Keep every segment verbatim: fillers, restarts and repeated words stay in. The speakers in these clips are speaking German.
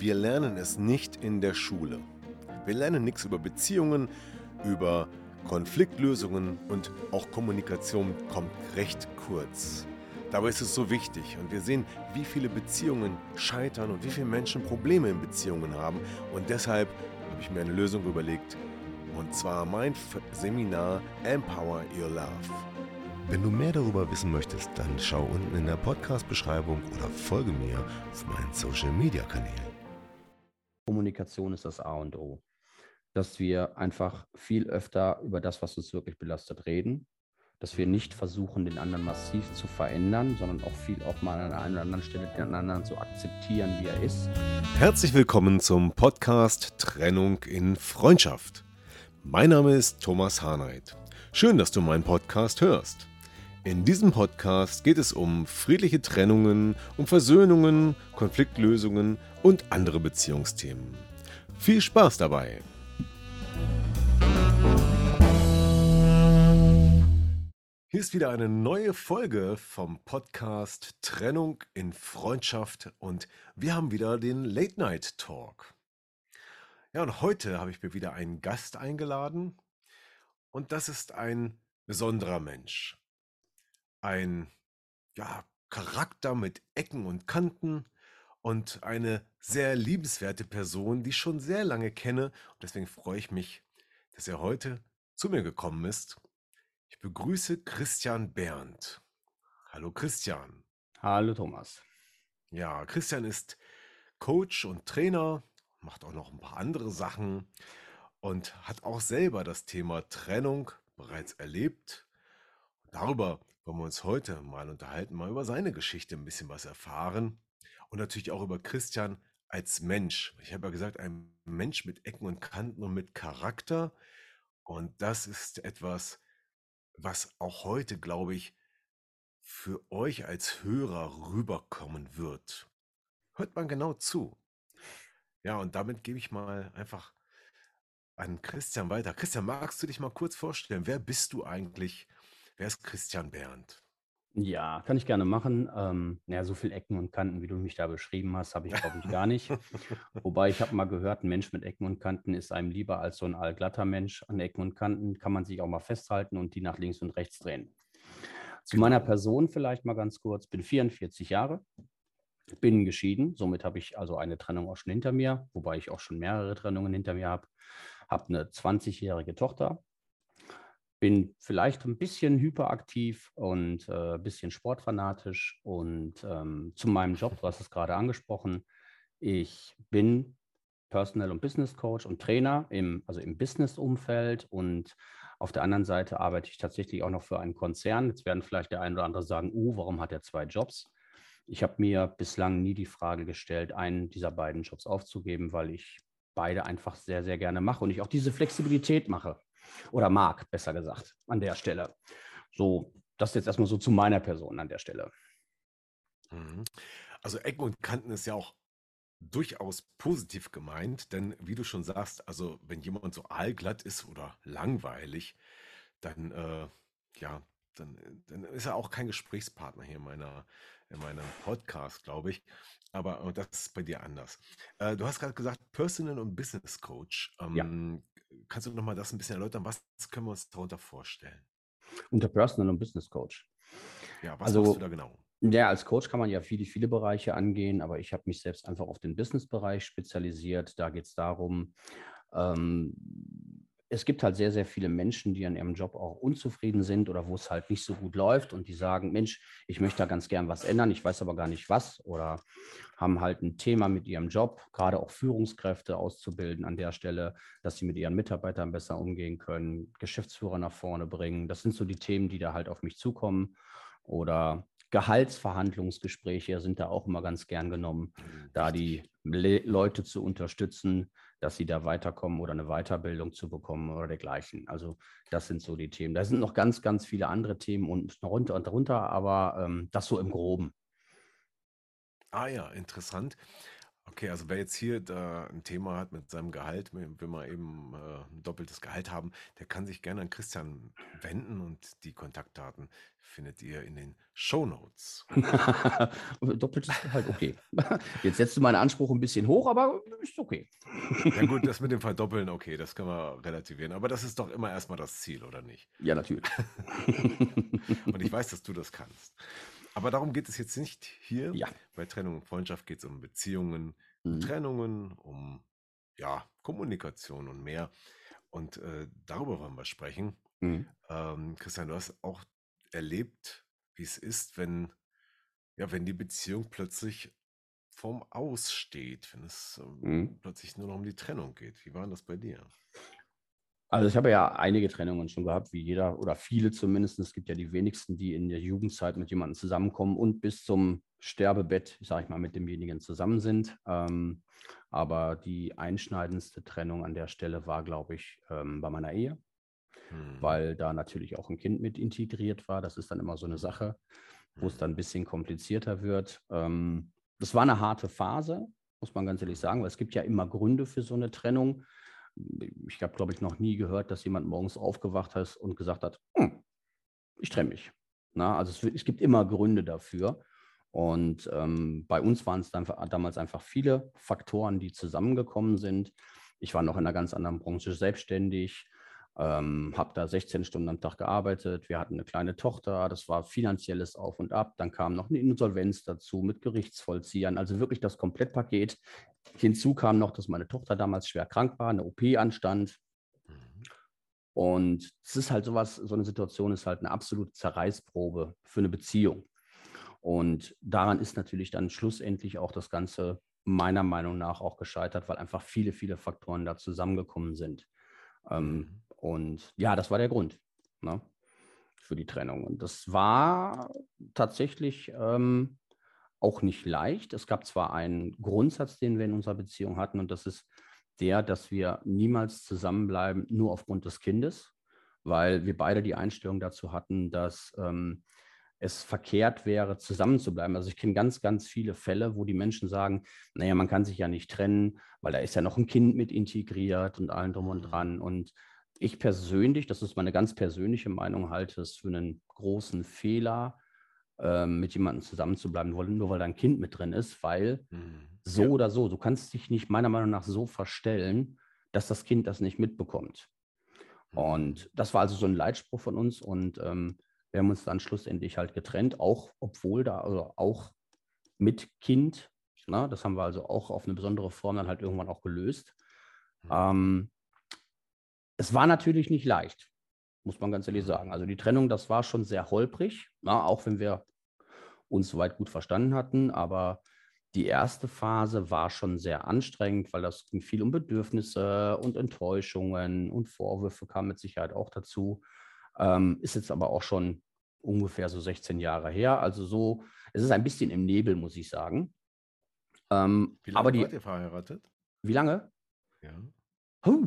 Wir lernen es nicht in der Schule. Wir lernen nichts über Beziehungen, über Konfliktlösungen und auch Kommunikation kommt recht kurz. Dabei ist es so wichtig und wir sehen, wie viele Beziehungen scheitern und wie viele Menschen Probleme in Beziehungen haben. Und deshalb habe ich mir eine Lösung überlegt, und zwar mein F- Seminar Empower Your Love. Wenn du mehr darüber wissen möchtest, dann schau unten in der Podcast-Beschreibung oder folge mir auf meinen Social-Media-Kanälen. Kommunikation ist das A und O. Dass wir einfach viel öfter über das, was uns wirklich belastet, reden. Dass wir nicht versuchen, den anderen massiv zu verändern, sondern auch viel auch mal an einer oder anderen Stelle den anderen zu akzeptieren, wie er ist. Herzlich willkommen zum Podcast Trennung in Freundschaft. Mein Name ist Thomas Harnight. Schön, dass du meinen Podcast hörst. In diesem Podcast geht es um friedliche Trennungen, um Versöhnungen, Konfliktlösungen und andere Beziehungsthemen. Viel Spaß dabei! Hier ist wieder eine neue Folge vom Podcast Trennung in Freundschaft und wir haben wieder den Late Night Talk. Ja, und heute habe ich mir wieder einen Gast eingeladen und das ist ein besonderer Mensch. Ein ja, Charakter mit Ecken und Kanten und eine sehr liebenswerte Person, die ich schon sehr lange kenne. Und deswegen freue ich mich, dass er heute zu mir gekommen ist. Ich begrüße Christian Berndt. Hallo Christian. Hallo Thomas. Ja, Christian ist Coach und Trainer, macht auch noch ein paar andere Sachen und hat auch selber das Thema Trennung bereits erlebt. Darüber wollen wir uns heute mal unterhalten, mal über seine Geschichte ein bisschen was erfahren und natürlich auch über Christian als Mensch. Ich habe ja gesagt, ein Mensch mit Ecken und Kanten und mit Charakter. Und das ist etwas, was auch heute, glaube ich, für euch als Hörer rüberkommen wird. Hört man genau zu. Ja, und damit gebe ich mal einfach an Christian weiter. Christian, magst du dich mal kurz vorstellen? Wer bist du eigentlich? Wer ist Christian Berndt? Ja, kann ich gerne machen. Ähm, naja, so viele Ecken und Kanten, wie du mich da beschrieben hast, habe ich, glaube ich, gar nicht. Wobei ich habe mal gehört, ein Mensch mit Ecken und Kanten ist einem lieber als so ein allglatter Mensch. An Ecken und Kanten kann man sich auch mal festhalten und die nach links und rechts drehen. Zu meiner Genau. Person vielleicht mal ganz kurz. Bin vierundvierzig Jahre. Bin geschieden, somit habe ich also eine Trennung auch schon hinter mir, wobei ich auch schon mehrere Trennungen hinter mir habe. Habe eine zwanzigjährige Tochter, bin vielleicht ein bisschen hyperaktiv und äh, ein bisschen sportfanatisch und ähm, zu meinem Job, du hast es gerade angesprochen, ich bin Personal- und Business Coach und Trainer im, also im Business-Umfeld und auf der anderen Seite arbeite ich tatsächlich auch noch für einen Konzern. Jetzt werden vielleicht der eine oder andere sagen, oh, warum hat er zwei Jobs? Ich habe mir bislang nie die Frage gestellt, einen dieser beiden Jobs aufzugeben, weil ich beide einfach sehr, sehr gerne mache und ich auch diese Flexibilität mache oder mag, besser gesagt, an der Stelle. So, das jetzt erstmal so zu meiner Person an der Stelle. Mhm. Also Ecken und Kanten ist ja auch durchaus positiv gemeint, denn wie du schon sagst, also wenn jemand so aalglatt ist oder langweilig, dann äh, ja, dann, äh, dann ist er auch kein Gesprächspartner hier in meiner, in meinem Podcast, glaube ich. Aber äh, das ist bei dir anders. Äh, du hast gerade gesagt, Personal und Business Coach. Ja, Ähm, kannst du noch mal das ein bisschen erläutern? Was können wir uns darunter vorstellen? und der Personal- und Business Coach. Ja, was machst du da Also, genau? ja, als Coach kann man ja viele, viele Bereiche angehen, aber ich habe mich selbst einfach auf den Business-Bereich spezialisiert. Da geht es darum, ähm, es gibt halt sehr, sehr viele Menschen, die an ihrem Job auch unzufrieden sind oder wo es halt nicht so gut läuft und die sagen, Mensch, ich möchte da ganz gern was ändern, ich weiß aber gar nicht was oder haben halt ein Thema mit ihrem Job, gerade auch Führungskräfte auszubilden an der Stelle, dass sie mit ihren Mitarbeitern besser umgehen können, Geschäftsführer nach vorne bringen. Das sind so die Themen, die da halt auf mich zukommen. Oder Gehaltsverhandlungsgespräche sind da auch immer ganz gern genommen, Hm, da die wichtig. Le Leute zu unterstützen, dass sie da weiterkommen oder eine Weiterbildung zu bekommen oder dergleichen. Also das sind so die Themen. Da sind noch ganz, ganz viele andere Themen und runter und drunter, aber ähm, das so im Groben. Ah ja, interessant. Okay, also wer jetzt hier da ein Thema hat mit seinem Gehalt, wenn wenn wir eben äh, ein doppeltes Gehalt haben, der kann sich gerne an Christian wenden und die Kontaktdaten findet ihr in den Shownotes. Doppeltes Gehalt, okay. Jetzt setzt du meinen Anspruch ein bisschen hoch, aber ist okay. Ja gut, das mit dem Verdoppeln, okay, das können wir relativieren. Aber das ist doch immer erstmal das Ziel, oder nicht? Ja, natürlich. Und ich weiß, dass du das kannst. Aber darum geht es jetzt nicht hier. Ja. Bei Trennung und Freundschaft geht es um Beziehungen, um Mhm. Trennungen, um ja, Kommunikation und mehr. Und äh, darüber wollen wir sprechen. Mhm. Ähm, Christian, du hast auch erlebt, wie es ist, wenn, ja, wenn die Beziehung plötzlich vorm Aus steht, wenn es Mhm. ähm, plötzlich nur noch um die Trennung geht. Wie war denn das bei dir? Also ich habe ja einige Trennungen schon gehabt, wie jeder oder viele zumindest. Es gibt ja die wenigsten, die in der Jugendzeit mit jemandem zusammenkommen und bis zum Sterbebett, sage ich mal, mit demjenigen zusammen sind. Ähm, aber die einschneidendste Trennung an der Stelle war, glaube ich, ähm, bei meiner Ehe, Mhm. weil da natürlich auch ein Kind mit integriert war. Das ist dann immer so eine Mhm. Sache, wo es Mhm. dann ein bisschen komplizierter wird. Ähm, das war eine harte Phase, muss man ganz ehrlich Mhm. sagen, weil es gibt ja immer Gründe für so eine Trennung. Ich habe, glaube ich, noch nie gehört, dass jemand morgens aufgewacht ist und gesagt hat, hm, ich trenne mich. Na, also es, es, gibt immer Gründe dafür. Und ähm, bei uns waren es dann damals einfach viele Faktoren, die zusammengekommen sind. Ich war noch in einer ganz anderen Branche selbstständig, ähm, habe da sechzehn Stunden am Tag gearbeitet. Wir hatten eine kleine Tochter, das war finanzielles Auf und Ab. Dann kam noch eine Insolvenz dazu mit Gerichtsvollziehern, also wirklich das Komplettpaket. Hinzu kam noch, dass meine Tochter damals schwer krank war, eine O P anstand. Mhm. Und es ist halt sowas, so eine Situation ist halt eine absolute Zerreißprobe für eine Beziehung. Und daran ist natürlich dann schlussendlich auch das Ganze meiner Meinung nach auch gescheitert, weil einfach viele, viele Faktoren da zusammengekommen sind. Ähm, Mhm. und ja, das war der Grund, ne, für die Trennung. Und das war tatsächlich ähm, auch nicht leicht. Es gab zwar einen Grundsatz, den wir in unserer Beziehung hatten, und das ist der, dass wir niemals zusammenbleiben, nur aufgrund des Kindes, weil wir beide die Einstellung dazu hatten, dass ähm, es verkehrt wäre, zusammenzubleiben. Also ich kenne ganz, ganz viele Fälle, wo die Menschen sagen, naja, man kann sich ja nicht trennen, weil da ist ja noch ein Kind mit integriert und allem drum und dran. Mhm. Und ich persönlich, das ist meine ganz persönliche Meinung, halte es für einen großen Fehler, ähm, mit jemandem zusammenzubleiben, nur weil da ein Kind mit drin ist, weil Mhm. so Ja. oder so, du kannst dich nicht meiner Meinung nach so verstellen, dass das Kind das nicht mitbekommt. Mhm. Und das war also so ein Leitspruch von uns, und ähm, wir haben uns dann schlussendlich halt getrennt, auch obwohl da, also auch mit Kind, na, das haben wir also auch auf eine besondere Form dann halt irgendwann auch gelöst. Mhm. Ähm, es war natürlich nicht leicht, muss man ganz ehrlich sagen. Mhm. Also die Trennung, das war schon sehr holprig, na, auch wenn wir uns soweit gut verstanden hatten, aber die erste Phase war schon sehr anstrengend, weil das ging viel um Bedürfnisse und Enttäuschungen und Vorwürfe kamen mit Sicherheit auch dazu. Ähm, ist jetzt aber auch schon ungefähr so sechzehn Jahre her. Also so, es ist ein bisschen im Nebel, muss ich sagen. Ähm, Wie aber lange die, wart ihr verheiratet? wie lange? Ja. Huh,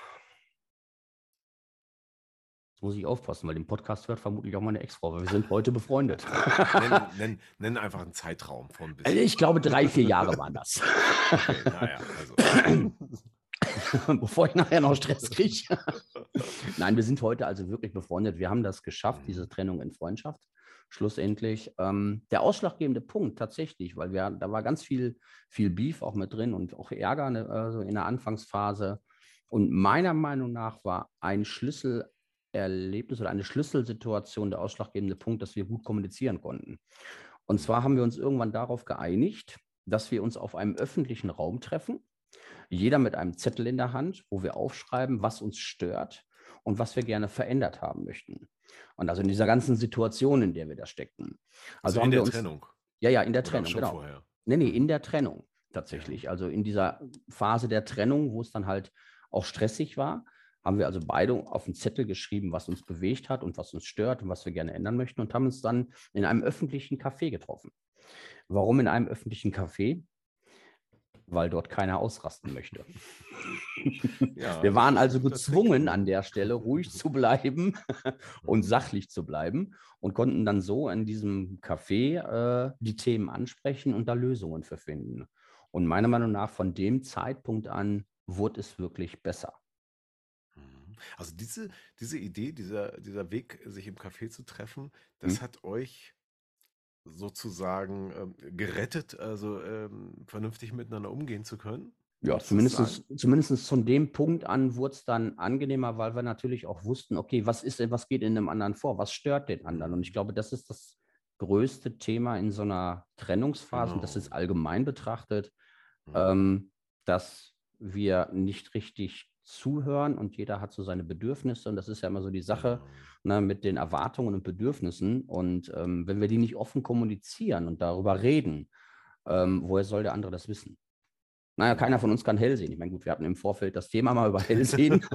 jetzt muss ich aufpassen, weil den Podcast hört vermutlich auch meine Ex-Frau, weil wir sind heute befreundet. Nenn, nenn, nenn einfach einen Zeitraum von ein Also bisschen. ich glaube, drei, vier Jahre waren das. Okay, naja, also. Bevor ich nachher noch Stress kriege. Nein, wir sind heute also wirklich befreundet. Wir haben das geschafft, diese Mhm. Trennung in Freundschaft. Schlussendlich ähm, der ausschlaggebende Punkt tatsächlich, weil wir, da war ganz viel, viel Beef auch mit drin und auch Ärger ne, also in der Anfangsphase. Und meiner Meinung nach war ein Schlüsselerlebnis oder eine Schlüsselsituation der ausschlaggebende Punkt, dass wir gut kommunizieren konnten. Und zwar Mhm. haben wir uns irgendwann darauf geeinigt, dass wir uns auf einem öffentlichen Raum treffen, jeder mit einem Zettel in der Hand, wo wir aufschreiben, was uns stört und was wir gerne verändert haben möchten. Und also in dieser ganzen Situation, in der wir da steckten. Also Also in haben wir der uns, Trennung ja, ja, in der oder Trennung, schon genau. vorher? Nee, nee, in Mhm. der Trennung Ja. tatsächlich. Also in dieser Phase der Trennung, wo es dann halt auch stressig war, haben wir also beide auf einen Zettel geschrieben, was uns bewegt hat und was uns stört und was wir gerne ändern möchten, und haben uns dann in einem öffentlichen Café getroffen. Warum in einem öffentlichen Café? Weil dort keiner ausrasten möchte. Ja, Wir das waren ist ein also guter Trick. gezwungen, an Mhm. der Stelle ruhig zu bleiben und Mhm. sachlich zu bleiben und konnten dann so in diesem Café äh, die Themen ansprechen und da Lösungen für finden. Und meiner Meinung nach, von dem Zeitpunkt an, wurde es wirklich besser. Mhm. Also diese, diese Idee, dieser, dieser Weg, sich im Café zu treffen, Hm? das hat euch sozusagen ähm, gerettet, also ähm, vernünftig miteinander umgehen zu können? Ja, Würdest du das sagen? zumindest, zumindest von dem Punkt an wurde es dann angenehmer, weil wir natürlich auch wussten, okay, was ist denn, was geht in dem anderen vor? Was stört den anderen? Und ich Mhm. glaube, das ist das größte Thema in so einer Trennungsphase, und das Genau. ist allgemein betrachtet, Mhm. ähm, dass wir nicht richtig zuhören und jeder hat so seine Bedürfnisse. Und das ist ja immer so die Sache, Genau. ne, mit den Erwartungen und Bedürfnissen. Und ähm, wenn wir die nicht offen kommunizieren und darüber reden, ähm, woher soll der andere das wissen? Naja, keiner Genau. von uns kann hell sehen. Ich meine, gut, wir hatten im Vorfeld das Thema mal über Hellsehen.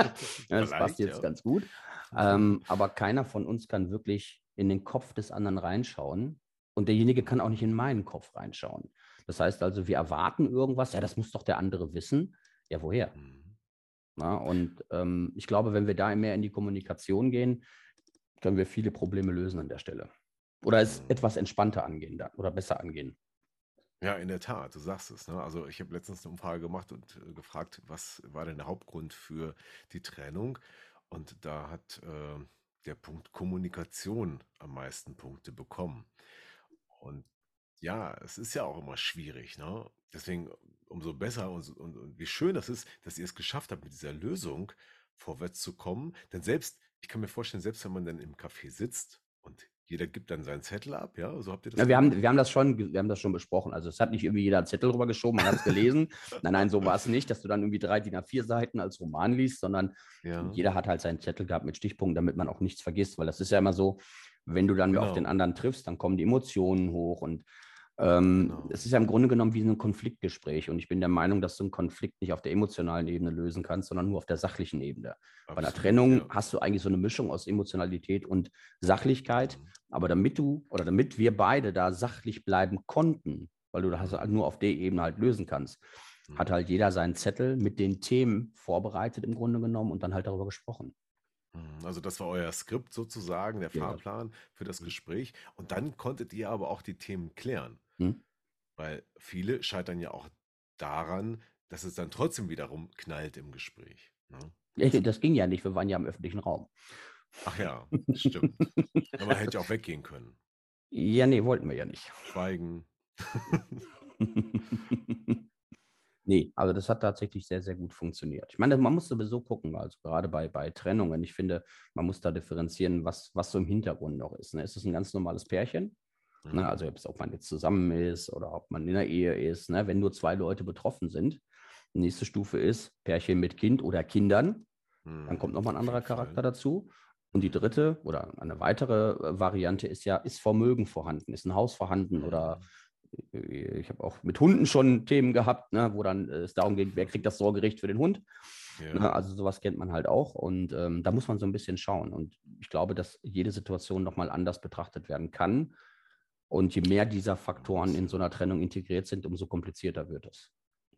Das passt Vielleicht, jetzt ja. ganz gut. Ähm, aber keiner von uns kann wirklich in den Kopf des anderen reinschauen. Und derjenige kann auch nicht in meinen Kopf reinschauen. Das heißt also, wir erwarten irgendwas. Ja, das muss doch der andere wissen. Ja, woher? Mhm. Na, und ähm, ich glaube, wenn wir da mehr in die Kommunikation gehen, können wir viele Probleme lösen an der Stelle. Oder es Mhm. etwas entspannter angehen dann, oder besser angehen. Ja, in der Tat, du sagst es, ne? Also ich habe letztens eine Umfrage gemacht und äh, gefragt, was war denn der Hauptgrund für die Trennung? Und da hat äh, der Punkt Kommunikation am meisten Punkte bekommen. Und ja, es ist ja auch immer schwierig, ne? Deswegen umso besser und, und, und wie schön das ist, dass ihr es geschafft habt, mit dieser Lösung vorwärts zu kommen. Denn selbst, ich kann mir vorstellen, selbst wenn man dann im Café sitzt und jeder gibt dann seinen Zettel ab, ja, so habt ihr das Ja, wir haben, gemacht? wir haben das schon, wir haben das schon besprochen. Also es hat nicht irgendwie jeder einen Zettel rüber geschoben, man hat es gelesen. Nein, nein, so war es nicht, dass du dann irgendwie drei D I N A vier Seiten als Roman liest, sondern Ja, jeder hat halt seinen Zettel gehabt mit Stichpunkten, damit man auch nichts vergisst, weil das ist ja immer so, wenn du dann auf den genau, anderen triffst, dann kommen die Emotionen hoch und ähm, genau. es ist ja im Grunde genommen wie ein Konfliktgespräch und ich bin der Meinung, dass du einen Konflikt nicht auf der emotionalen Ebene lösen kannst, sondern nur auf der sachlichen Ebene. Bei einer Absolut, Trennung ja. hast du eigentlich so eine Mischung aus Emotionalität und Sachlichkeit, Mhm. aber damit du oder damit wir beide da sachlich bleiben konnten, weil du das halt Mhm. nur auf der Ebene halt lösen kannst, hat Mhm. halt jeder seinen Zettel mit den Themen vorbereitet im Grunde genommen und dann halt darüber gesprochen. Mhm. Also das war euer Skript sozusagen, der Ja, ja. Fahrplan für das Gespräch. Und dann konntet ihr aber auch die Themen klären, Hm? weil viele scheitern ja auch daran, dass es dann trotzdem wiederum knallt im Gespräch. Ne? Das ging ja nicht, wir waren ja im öffentlichen Raum. Ach ja, stimmt. Ja, man hätte ja auch weggehen können. Ja, nee, wollten wir ja nicht. Schweigen. Nee, also das hat tatsächlich sehr, sehr gut funktioniert. Ich meine, man muss sowieso gucken, also gerade bei, bei Trennungen. Ich finde, man muss da differenzieren, was, was so im Hintergrund noch ist. Ne? Ist es ein ganz normales Pärchen? Ne? Mhm. Also ob, es- ob man jetzt zusammen ist oder ob man in der Ehe ist. Ne? Wenn nur zwei Leute betroffen sind. Nächste Stufe ist Pärchen mit Kind oder Kindern. Dann kommt Mhm. nochmal ein Auf anderer jeden Charakter Fall. dazu. Und die Mhm. dritte oder eine weitere äh, Variante ist ja, ist Vermögen vorhanden, ist ein Haus vorhanden oder Mhm. äh, ich habe auch mit Hunden schon Themen gehabt, ne, wo dann äh, es darum ging, wer kriegt das Sorgerecht für den Hund. Ne, Ja. also sowas kennt man halt auch und ähm, da muss man so ein bisschen schauen. Und ich glaube, dass jede Situation nochmal anders betrachtet werden kann. Und je mehr dieser Faktoren Muss, in ja. so einer Trennung integriert sind, umso komplizierter wird es.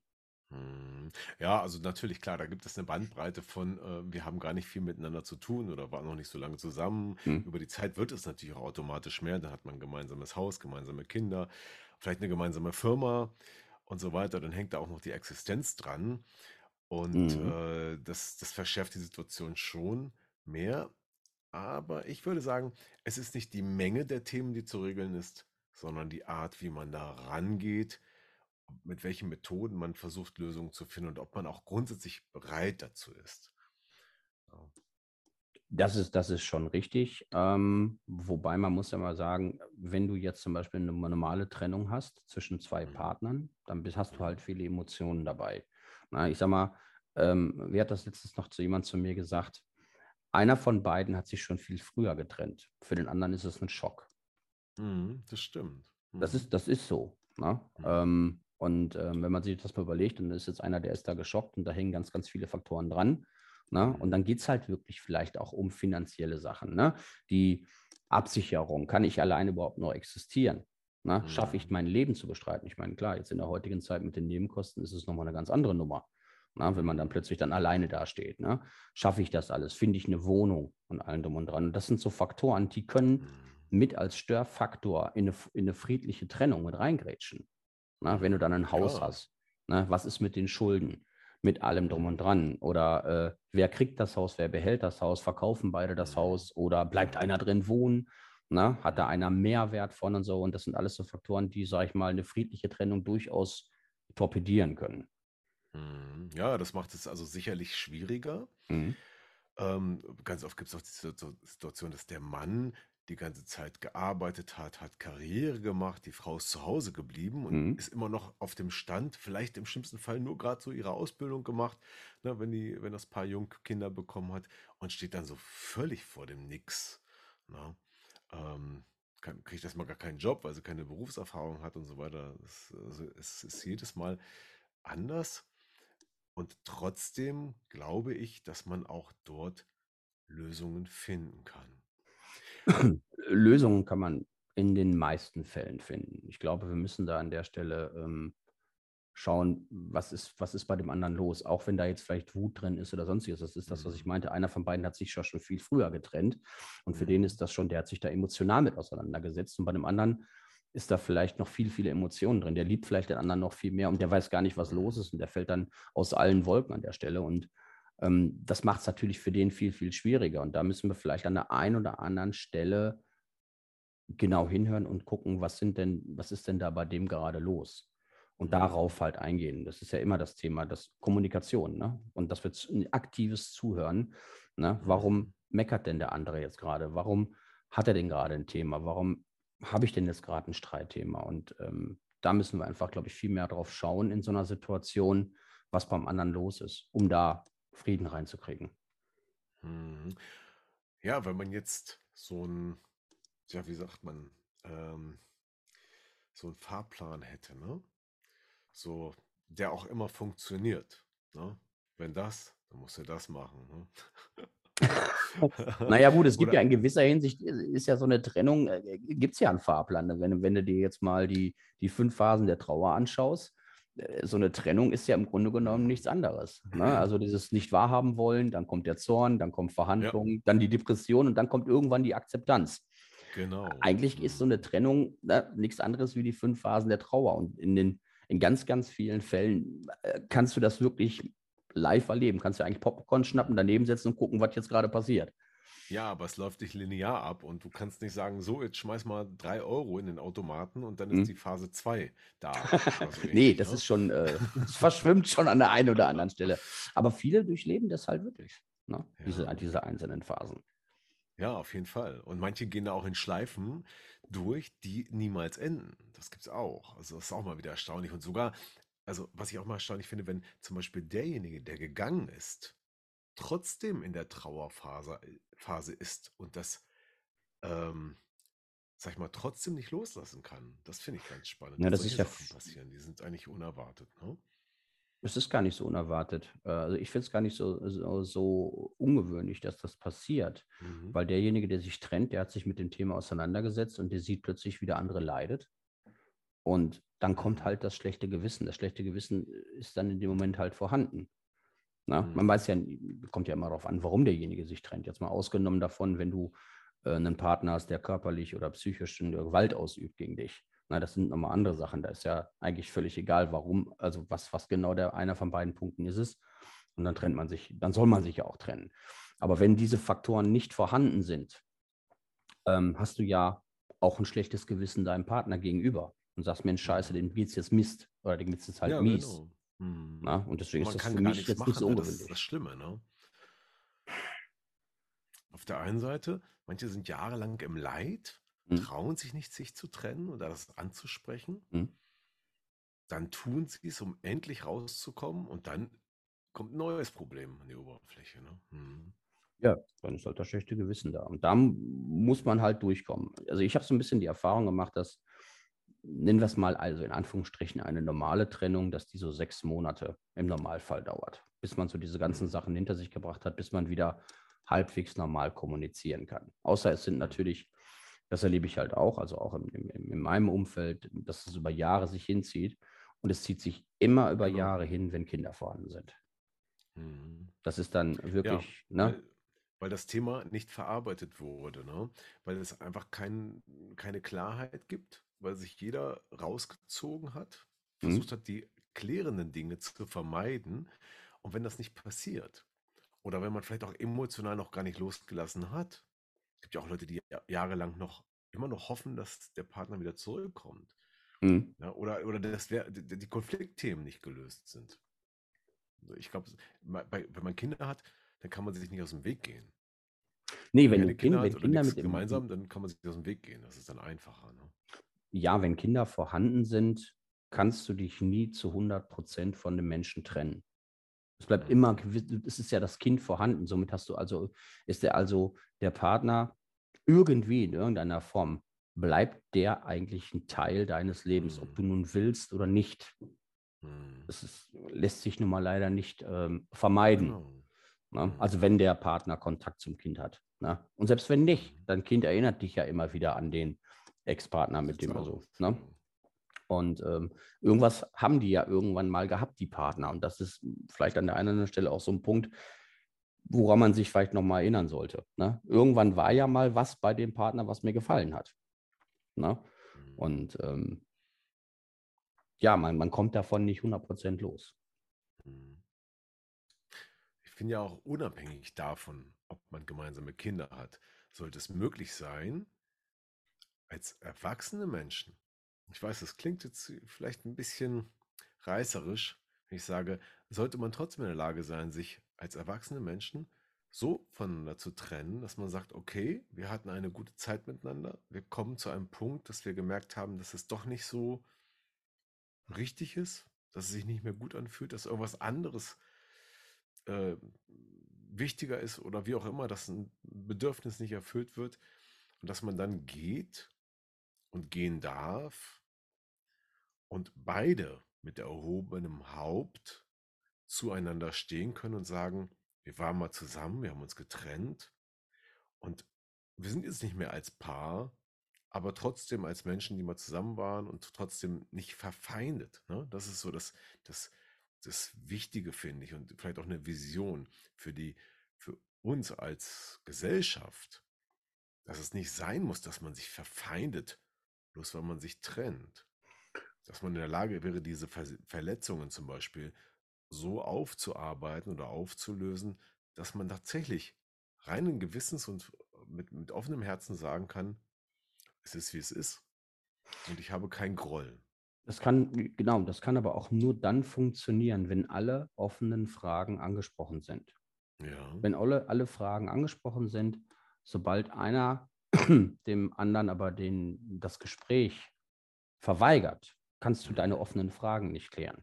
Mhm. Ja, also natürlich, klar, da gibt es eine Bandbreite von, äh, wir haben gar nicht viel miteinander zu tun oder waren noch nicht so lange zusammen. Hm. Über die Zeit wird es natürlich auch automatisch mehr. Dann hat man ein gemeinsames Haus, gemeinsame Kinder, vielleicht eine gemeinsame Firma und so weiter. Dann hängt da auch noch die Existenz dran. Und Mhm. äh, das, das verschärft die Situation schon mehr. Aber ich würde sagen, es ist nicht die Menge der Themen, die zu regeln ist, sondern die Art, wie man da rangeht, mit welchen Methoden man versucht, Lösungen zu finden und ob man auch grundsätzlich bereit dazu ist. Ja. Das ist, das ist schon richtig. Ähm, wobei man muss ja mal sagen, wenn du jetzt zum Beispiel eine normale Trennung hast zwischen zwei Mhm. Partnern, dann bist, hast du Mhm. halt viele Emotionen dabei. Na, ich sag mal, ähm, wer hat das letztens noch zu jemand zu mir gesagt? Einer von beiden hat sich schon viel früher getrennt. Für den anderen ist es ein Schock. Mhm. Das stimmt. Das Mhm. ist, das ist so. Ne? Mhm. Ähm, und ähm, wenn man sich das mal überlegt, dann ist jetzt einer, der ist da geschockt und da hängen ganz, ganz viele Faktoren dran. Ne? Und Mhm. dann geht es halt wirklich vielleicht auch um finanzielle Sachen. Ne? Die Absicherung, kann ich alleine überhaupt noch existieren? Ne? Schaffe ich Mhm. mein Leben zu bestreiten? Ich meine, klar, jetzt in der heutigen Zeit mit den Nebenkosten ist es nochmal eine ganz andere Nummer. Ne? Wenn man dann Mhm. plötzlich dann alleine dasteht. Ne? Schaffe ich das alles? Finde ich eine Wohnung und allem drum und dran? Und das sind so Faktoren, die können Mhm. mit als Störfaktor in eine, in eine friedliche Trennung mit reingrätschen. Na, wenn du dann ein Haus Ja. hast, ne, was ist mit den Schulden, mit allem drum und Mhm. dran? Oder äh, wer kriegt das Haus, wer behält das Haus, verkaufen beide das Mhm. Haus oder bleibt Mhm. einer drin wohnen? Ne? Hat da Mhm. einer Mehrwert von und so? Und das sind alles so Faktoren, die, sage ich mal, eine friedliche Trennung durchaus torpedieren können. Mhm. Ja, das macht es also sicherlich schwieriger. Mhm. Ähm, ganz oft gibt es auch die Situ- Situation, dass der Mann die ganze Zeit gearbeitet hat, hat Karriere gemacht, die Frau ist zu Hause geblieben und Mhm. ist immer noch auf dem Stand, vielleicht im schlimmsten Fall nur gerade so ihre Ausbildung gemacht, ne, wenn die, wenn das Paar jung Kinder bekommen hat und steht dann so völlig vor dem Nix. Ne? Ähm, kann, kriegt erstmal gar keinen Job, weil sie keine Berufserfahrung hat und so weiter. Das, also es ist jedes Mal anders. Und trotzdem glaube ich, dass man auch dort Lösungen finden kann. Lösungen kann man in den meisten Fällen finden. Ich glaube, wir müssen da an der Stelle ähm, schauen, was ist, was ist bei dem anderen los, auch wenn da jetzt vielleicht Wut drin ist oder sonstiges. Das ist das, was ich Mhm. meinte. Einer von beiden hat sich ja schon viel früher getrennt und für den Mhm. ist das schon, der hat sich da emotional mit auseinandergesetzt und bei dem anderen ist da vielleicht noch viel, viele Emotionen drin. Der liebt vielleicht den anderen noch viel mehr und der weiß gar nicht, was los Mhm. ist und der fällt dann aus allen Wolken an der Stelle und ähm, das macht es natürlich für den viel, viel schwieriger und da müssen wir vielleicht an der einen oder anderen Stelle genau hinhören und gucken, was sind denn, was ist denn da bei dem gerade los? Und Mhm. darauf halt eingehen. Das ist ja immer das Thema, das Kommunikation, ne? Und das wird ein aktives Zuhören. Ne? Mhm. Warum meckert denn der andere jetzt gerade? Warum hat er denn gerade ein Thema? Warum habe ich denn jetzt gerade ein Streitthema? Und ähm, da müssen wir einfach, glaube ich, viel mehr drauf schauen in so einer Situation, was beim anderen los ist, um da Frieden reinzukriegen. Mhm. Ja, wenn man jetzt so ein, ja, wie sagt man, ähm, so einen Fahrplan hätte, ne? So, der auch immer funktioniert, ne? Wenn das, dann musst du das machen, ne? Naja, gut, es gibt Oder, ja in gewisser Hinsicht, äh, ist ja so eine Trennung, äh, gibt es ja einen Fahrplan. Ne? Wenn, wenn du dir jetzt mal die, die fünf Phasen der Trauer anschaust, äh, so eine Trennung ist ja im Grunde genommen mhm. nichts anderes. Ne? Also dieses nicht wahrhaben wollen, dann kommt der Zorn, dann kommt Ja, Verhandlung, dann die Depression und dann kommt irgendwann die Akzeptanz. genau. Eigentlich ist so eine Mhm. Trennung ne, nichts anderes wie die fünf Phasen der Trauer. Und in den in ganz, ganz vielen Fällen äh, kannst du das wirklich live erleben. Kannst du eigentlich Popcorn schnappen, Mhm. daneben setzen und gucken, was jetzt gerade passiert. Ja, aber es läuft nicht linear ab und du kannst nicht sagen, so, jetzt schmeiß mal drei Euro in den Automaten und dann ist Hm? die Phase zwei da oder so Nee, ähnlich, das ne? ist schon, äh, das verschwimmt schon an der einen oder anderen Stelle. Aber viele durchleben das halt wirklich, ne? Diese, Ja, diese einzelnen Phasen. ja, auf jeden Fall. Und manche gehen da auch in Schleifen durch, die niemals enden. Das gibt's auch. Also das ist auch mal wieder erstaunlich. Und sogar, also was ich auch mal erstaunlich finde, wenn zum Beispiel derjenige, der gegangen ist, trotzdem in der Trauerphase Phase ist und das, ähm, sag ich mal, trotzdem nicht loslassen kann. Das finde ich ganz spannend, Ja, dass das ist solche ja, Sachen f- passieren. Die sind eigentlich unerwartet, ne? es ist gar nicht so unerwartet. Äh, Also ich finde es gar nicht so, so, so ungewöhnlich, dass das passiert. Mhm. Weil derjenige, der sich trennt, der hat sich mit dem Thema auseinandergesetzt und der sieht plötzlich, wie der andere leidet. Und dann kommt Mhm. halt das schlechte Gewissen. Das schlechte Gewissen ist dann in dem Moment halt vorhanden. Na, man Mhm. weiß ja, kommt ja immer darauf an, warum derjenige sich trennt. Jetzt mal ausgenommen davon, wenn du äh, einen Partner hast, der körperlich oder psychisch eine Gewalt ausübt gegen dich. Na, das sind nochmal andere Mhm. Sachen. Da ist ja eigentlich völlig egal, warum, also was, was genau der einer von beiden Punkten ist es. Und dann trennt man sich, dann soll man sich ja auch trennen. Aber wenn diese Faktoren nicht vorhanden sind, ähm, hast du ja auch ein schlechtes Gewissen deinem Partner gegenüber und sagst, Mensch, scheiße, Mhm. dem geht's jetzt Mist oder dem geht's jetzt halt Ja, mies. genau. Mhm. Na? Und deswegen Und ist man das kann für gar mich nichts jetzt nicht machen, so ne? Das ist das ungewöhnlich. Schlimme, ne? Auf der einen Seite, manche sind jahrelang im Leid, Hm? trauen sich nicht, sich zu trennen oder das anzusprechen. Hm? Dann tun sie es, um endlich rauszukommen und dann kommt ein neues Problem an die Oberfläche, ne? Mhm. Ja, dann ist halt das schlechte Gewissen da. Und da m- muss man halt durchkommen. Also ich habe so ein bisschen die Erfahrung gemacht, dass, nennen wir es mal, also in Anführungsstrichen eine normale Trennung, dass die so sechs Monate im Normalfall dauert, bis man so diese ganzen Mhm. Sachen hinter sich gebracht hat, bis man wieder halbwegs normal kommunizieren kann. Außer es sind Mhm. natürlich, das erlebe ich halt auch, also auch im, im, in meinem Umfeld, dass es über Jahre sich hinzieht. Und es zieht sich immer über Genau. Jahre hin, wenn Kinder vorhanden sind. Mhm. Das ist dann Ja, wirklich, ne? weil weil das Thema nicht verarbeitet wurde, ne? Weil es einfach kein keine Klarheit gibt, weil sich jeder rausgezogen hat. Mhm. versucht hat, die klärenden Dinge zu vermeiden. Und wenn das nicht passiert, oder wenn man vielleicht auch emotional noch gar nicht losgelassen hat, es gibt ja auch Leute, die ja- jahrelang noch immer noch hoffen, dass der Partner wieder zurückkommt. Mhm. Ja, oder, oder dass wir, die, die Konfliktthemen nicht gelöst sind. Also ich glaube, wenn man Kinder hat, dann kann man sich nicht aus dem Weg gehen. Nee, Wenn man wenn du keine Kinder kind, hat wenn oder Kinder nichts mit im, gemeinsam, dann kann man sich aus dem Weg gehen. Das ist dann einfacher. Ne? ja, wenn Kinder vorhanden sind, kannst du dich nie zu hundert Prozent von dem Menschen trennen. Es bleibt immer, Mhm. gewiss- es ist ja das Kind vorhanden. Somit hast du also, ist der also der Partner irgendwie in irgendeiner Form, bleibt der eigentlich ein Teil deines Lebens, ob Mhm. du nun willst oder nicht. Mhm. Das ist, lässt sich nun mal leider nicht ähm, vermeiden. Genau. Ne? Mhm. Also wenn der Partner Kontakt zum Kind hat. Ne? Und selbst wenn nicht, Mhm. dein Kind erinnert dich ja immer wieder an den Ex-Partner, So mit sieht's dem er so. aus. Ne? Ja. Und ähm, irgendwas haben die ja irgendwann mal gehabt, die Partner. Und das ist vielleicht an der einen oder anderen Stelle auch so ein Punkt, woran man sich vielleicht nochmal erinnern sollte. Ne? Irgendwann war ja mal was bei dem Partner, was mir gefallen hat. Ne? Mhm. Und ähm, ja, man, man kommt davon nicht hundert Prozent los. Mhm. Ich finde ja auch unabhängig davon, ob man gemeinsame Kinder hat, sollte es möglich sein, als erwachsene Menschen, ich weiß, das klingt jetzt vielleicht ein bisschen reißerisch, wenn ich sage, sollte man trotzdem in der Lage sein, sich als erwachsene Menschen so voneinander zu trennen, dass man sagt, okay, wir hatten eine gute Zeit miteinander, wir kommen zu einem Punkt, dass wir gemerkt haben, dass es doch nicht so richtig ist, dass es sich nicht mehr gut anfühlt, dass irgendwas anderes äh, wichtiger ist oder wie auch immer, dass ein Bedürfnis nicht erfüllt wird und dass man dann geht und gehen darf und beide mit erhobenem Haupt zueinander stehen können und sagen, wir waren mal zusammen, wir haben uns getrennt und wir sind jetzt nicht mehr als Paar, aber trotzdem als Menschen, die mal zusammen waren und trotzdem nicht verfeindet. Ne? Das ist so das, das, das Wichtige, finde ich, und vielleicht auch eine Vision für die, für uns als Gesellschaft, dass es nicht sein muss, dass man sich verfeindet, bloß weil man sich trennt. Dass man in der Lage wäre, diese Ver Verletzungen zum Beispiel so aufzuarbeiten oder aufzulösen, dass man tatsächlich reinen Gewissens und mit, mit offenem Herzen sagen kann, es ist, wie es ist. Und ich habe keinen Groll. Das kann, genau, das kann aber auch nur dann funktionieren, wenn alle offenen Fragen angesprochen sind. Ja. Wenn alle, alle Fragen angesprochen sind, sobald einer dem anderen aber den, das Gespräch verweigert, kannst du deine Mhm. offenen Fragen nicht klären.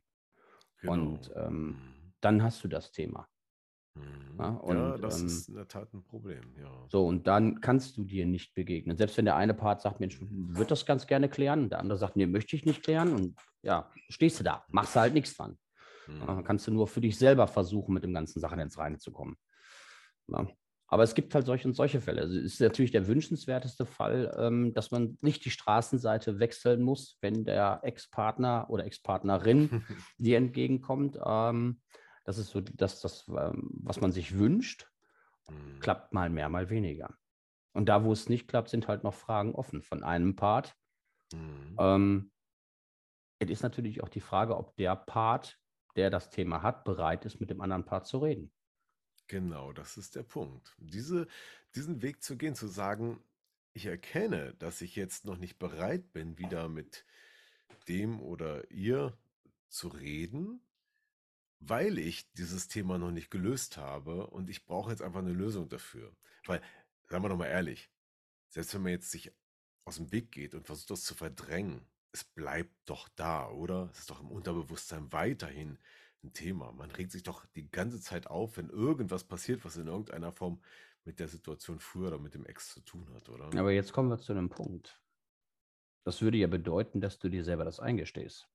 Und Genau. ähm, Mhm. dann hast du das Thema. Ja? Mhm. Ja, Und das ähm, ist in der Tat ein Problem, ja. so, und dann kannst du dir nicht begegnen. Selbst wenn der eine Part sagt, Mensch, Mhm. würde das ganz gerne klären, und der andere sagt, nee, möchte ich nicht klären. Und ja, stehst du da, machst du halt nichts dran. Ja, dann Mhm. kannst du nur für dich selber versuchen, mit dem ganzen Sachen ins Reine zu kommen. Ja. Aber es gibt halt solche und solche Fälle. Also es ist natürlich der wünschenswerteste Fall, ähm, dass man nicht die Straßenseite wechseln muss, wenn der Ex-Partner oder Ex-Partnerin dir entgegenkommt. Ähm, das ist so das, das ähm, was man sich wünscht. Mhm. Klappt mal mehr, mal weniger. Und da, wo es nicht klappt, sind halt noch Fragen offen von einem Part. Mhm. Ähm, es ist natürlich auch die Frage, ob der Part, der das Thema hat, bereit ist, mit dem anderen Part zu reden. Genau, das ist der Punkt. Diese, diesen Weg zu gehen, zu sagen, ich erkenne, dass ich jetzt noch nicht bereit bin, wieder mit dem oder ihr zu reden, weil ich dieses Thema noch nicht gelöst habe und ich brauche jetzt einfach eine Lösung dafür. Weil, sagen wir doch mal ehrlich, selbst wenn man jetzt sich aus dem Weg geht und versucht, das zu verdrängen, es bleibt doch da, oder? Es ist doch im Unterbewusstsein weiterhin ein Thema. Man regt sich doch die ganze Zeit auf, wenn irgendwas passiert, was in irgendeiner Form mit der Situation früher oder mit dem Ex zu tun hat, oder? Aber jetzt kommen wir zu einem Punkt. Das würde ja bedeuten, dass du dir selber das eingestehst.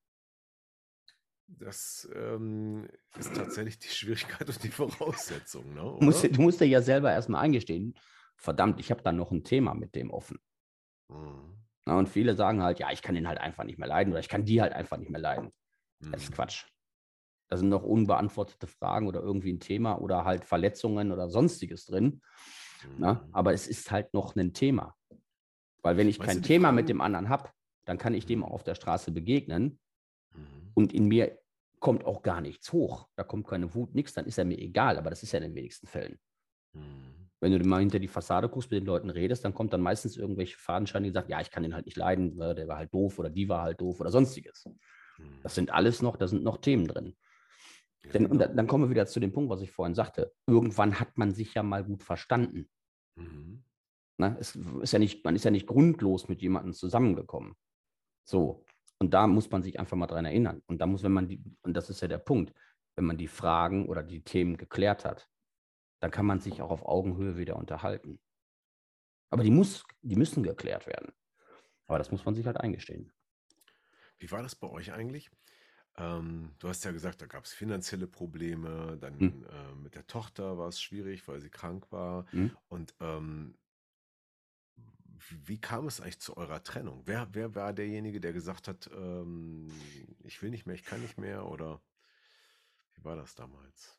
Das ähm, ist tatsächlich die Schwierigkeit und die Voraussetzung, ne, Du musst, oder? du musst dir ja selber erstmal eingestehen, verdammt, ich habe da noch ein Thema mit dem offen. Mhm. Na, und viele sagen halt, ja, ich kann den halt einfach nicht mehr leiden oder ich kann die halt einfach nicht mehr leiden. Das ist Mhm. Quatsch. Da sind noch unbeantwortete Fragen oder irgendwie ein Thema oder halt Verletzungen oder sonstiges drin. Na? Mhm. Aber es ist halt noch ein Thema. Weil wenn ich Meinst du, kein die Thema mit Fragen? dem anderen habe, dann kann ich dem Mhm. auf der Straße begegnen Mhm. Und in mir kommt auch gar nichts hoch. Da kommt keine Wut, nichts, dann ist er mir egal, aber das ist ja in den wenigsten Fällen. Mhm. Wenn du mal hinter die Fassade guckst, mit den Leuten redest, dann kommt dann meistens irgendwelche Fadenscheine, die sagen, ja, ich kann den halt nicht leiden, äh, der war halt doof oder die war halt doof oder sonstiges. Das Mhm. sind alles noch, da sind noch Themen drin. Ja, Denn, und da- genau. dann kommen wir wieder zu dem Punkt, was ich vorhin sagte. Irgendwann hat man sich ja mal gut verstanden. Mhm. Ne? Es ist ja nicht, man ist ja nicht grundlos mit jemandem zusammengekommen. So. Und da muss man sich einfach mal dran erinnern. Und da muss, wenn man die, und das ist ja der Punkt, wenn man die Fragen oder die Themen geklärt hat, dann kann man sich auch auf Augenhöhe wieder unterhalten. Aber die, muss, die müssen geklärt werden. Aber das muss Mhm. man sich halt eingestehen. Wie war das bei euch eigentlich? Ähm, du hast ja gesagt, da gab es finanzielle Probleme, Hm. dann äh, mit der Tochter war es schwierig, weil sie krank war. Hm. Und ähm, wie, wie kam es eigentlich zu eurer Trennung? Wer, wer war derjenige, der gesagt hat, ähm, ich will nicht mehr, ich kann nicht mehr? Oder wie war das damals?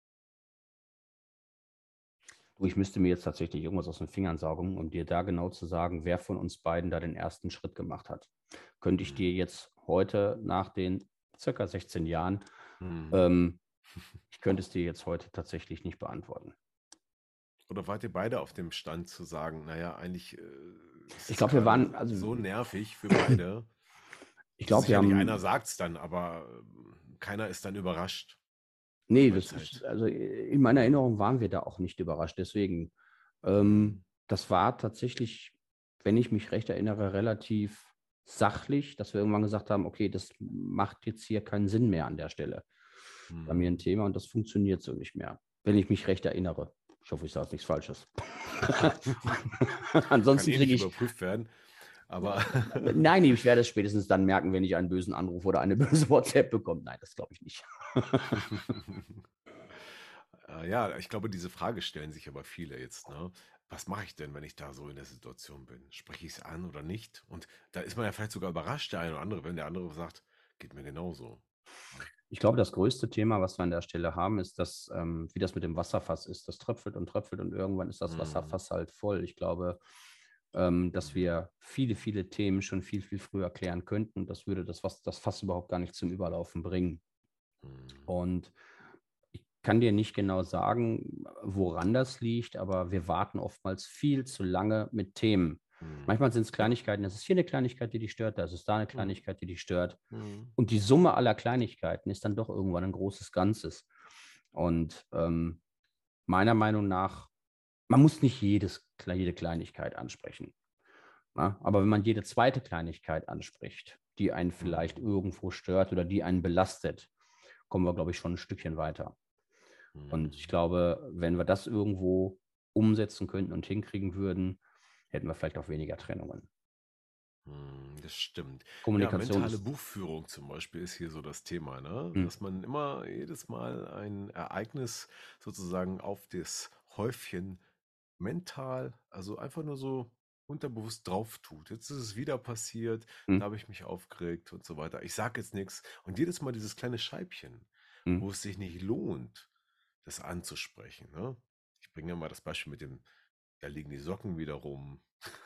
Du, ich müsste mir jetzt tatsächlich irgendwas aus den Fingern saugen, um dir da genau zu sagen, wer von uns beiden da den ersten Schritt gemacht hat. Könnte ich dir Mhm. jetzt heute nach den circa sechzehn Jahren, Mhm. ähm, ich könnte es dir jetzt heute tatsächlich nicht beantworten. Oder wart ihr beide auf dem Stand zu sagen, naja, eigentlich äh, ist Ich es glaube, wir gerade waren, also so nervig für beide. ich glaube, wir Sicherlich, einer haben, sagt es dann, aber ähm, keiner ist dann überrascht, nee, weil das es ist, halt. also in meiner Mhm. Erinnerung waren wir da auch nicht überrascht. Deswegen, ähm, Mhm. das war tatsächlich, wenn ich mich recht erinnere, relativ sachlich, dass wir irgendwann gesagt haben, okay, das macht jetzt hier keinen Sinn mehr an der Stelle. Bei mir ein Mhm. Thema und das funktioniert so nicht mehr, wenn ich mich recht erinnere. Ich hoffe, ich sage nichts Falsches. Kann Ansonsten eh nicht kriege ich, überprüft werden, aber nein, ich werde es spätestens dann merken, wenn ich einen bösen Anruf oder eine böse WhatsApp bekomme. Nein, das glaube ich nicht. Äh, ja, ich glaube, diese Frage stellen sich aber viele jetzt, ne? Was mache ich denn, wenn ich da so in der Situation bin? Spreche ich es an oder nicht? Und da ist man ja vielleicht sogar überrascht, der eine oder andere, wenn der andere sagt, geht mir genauso. Ja. Ich glaube, das größte Thema, was wir an der Stelle haben, ist, dass, ähm, wie das mit dem Wasserfass ist. Das tröpfelt und tröpfelt und irgendwann ist das Mhm. Wasserfass halt voll. Ich glaube, ähm, dass Mhm. wir viele, viele Themen schon viel, viel früher klären könnten. Das würde das, was, das Fass überhaupt gar nicht zum Überlaufen bringen. Mhm. Und ich kann dir nicht genau sagen, woran das liegt, aber wir warten oftmals viel zu lange mit Themen. Mhm. Manchmal sind es Ja. Kleinigkeiten, das ist hier eine Kleinigkeit, die dich stört, da ist es da eine Mhm. Kleinigkeit, die dich stört. Mhm. Und die Summe aller Kleinigkeiten ist dann doch irgendwann ein großes Ganzes. Und ähm, meiner Meinung nach, man muss nicht jedes, jede Kleinigkeit ansprechen. Na? Aber wenn man jede zweite Kleinigkeit anspricht, die einen vielleicht Mhm. irgendwo stört oder die einen belastet, kommen wir, glaube ich, schon ein Stückchen weiter. Und ich Mhm. glaube, wenn wir das irgendwo umsetzen könnten und hinkriegen würden, hätten wir vielleicht auch weniger Trennungen. Mhm. Das stimmt. Ja, Kommunikation mentale ist, Buchführung zum Beispiel ist hier so das Thema, ne? hm, Dass man immer jedes Mal ein Ereignis sozusagen auf das Häufchen mental, also einfach nur so unterbewusst drauf tut. Jetzt ist es wieder passiert, hm, da habe ich mich aufgeregt und so weiter. Ich sage jetzt nichts. Und jedes Mal dieses kleine Scheibchen, hm. wo es sich nicht lohnt, das anzusprechen. Ne? Ich bringe ja mal das Beispiel mit dem, da liegen die Socken wieder rum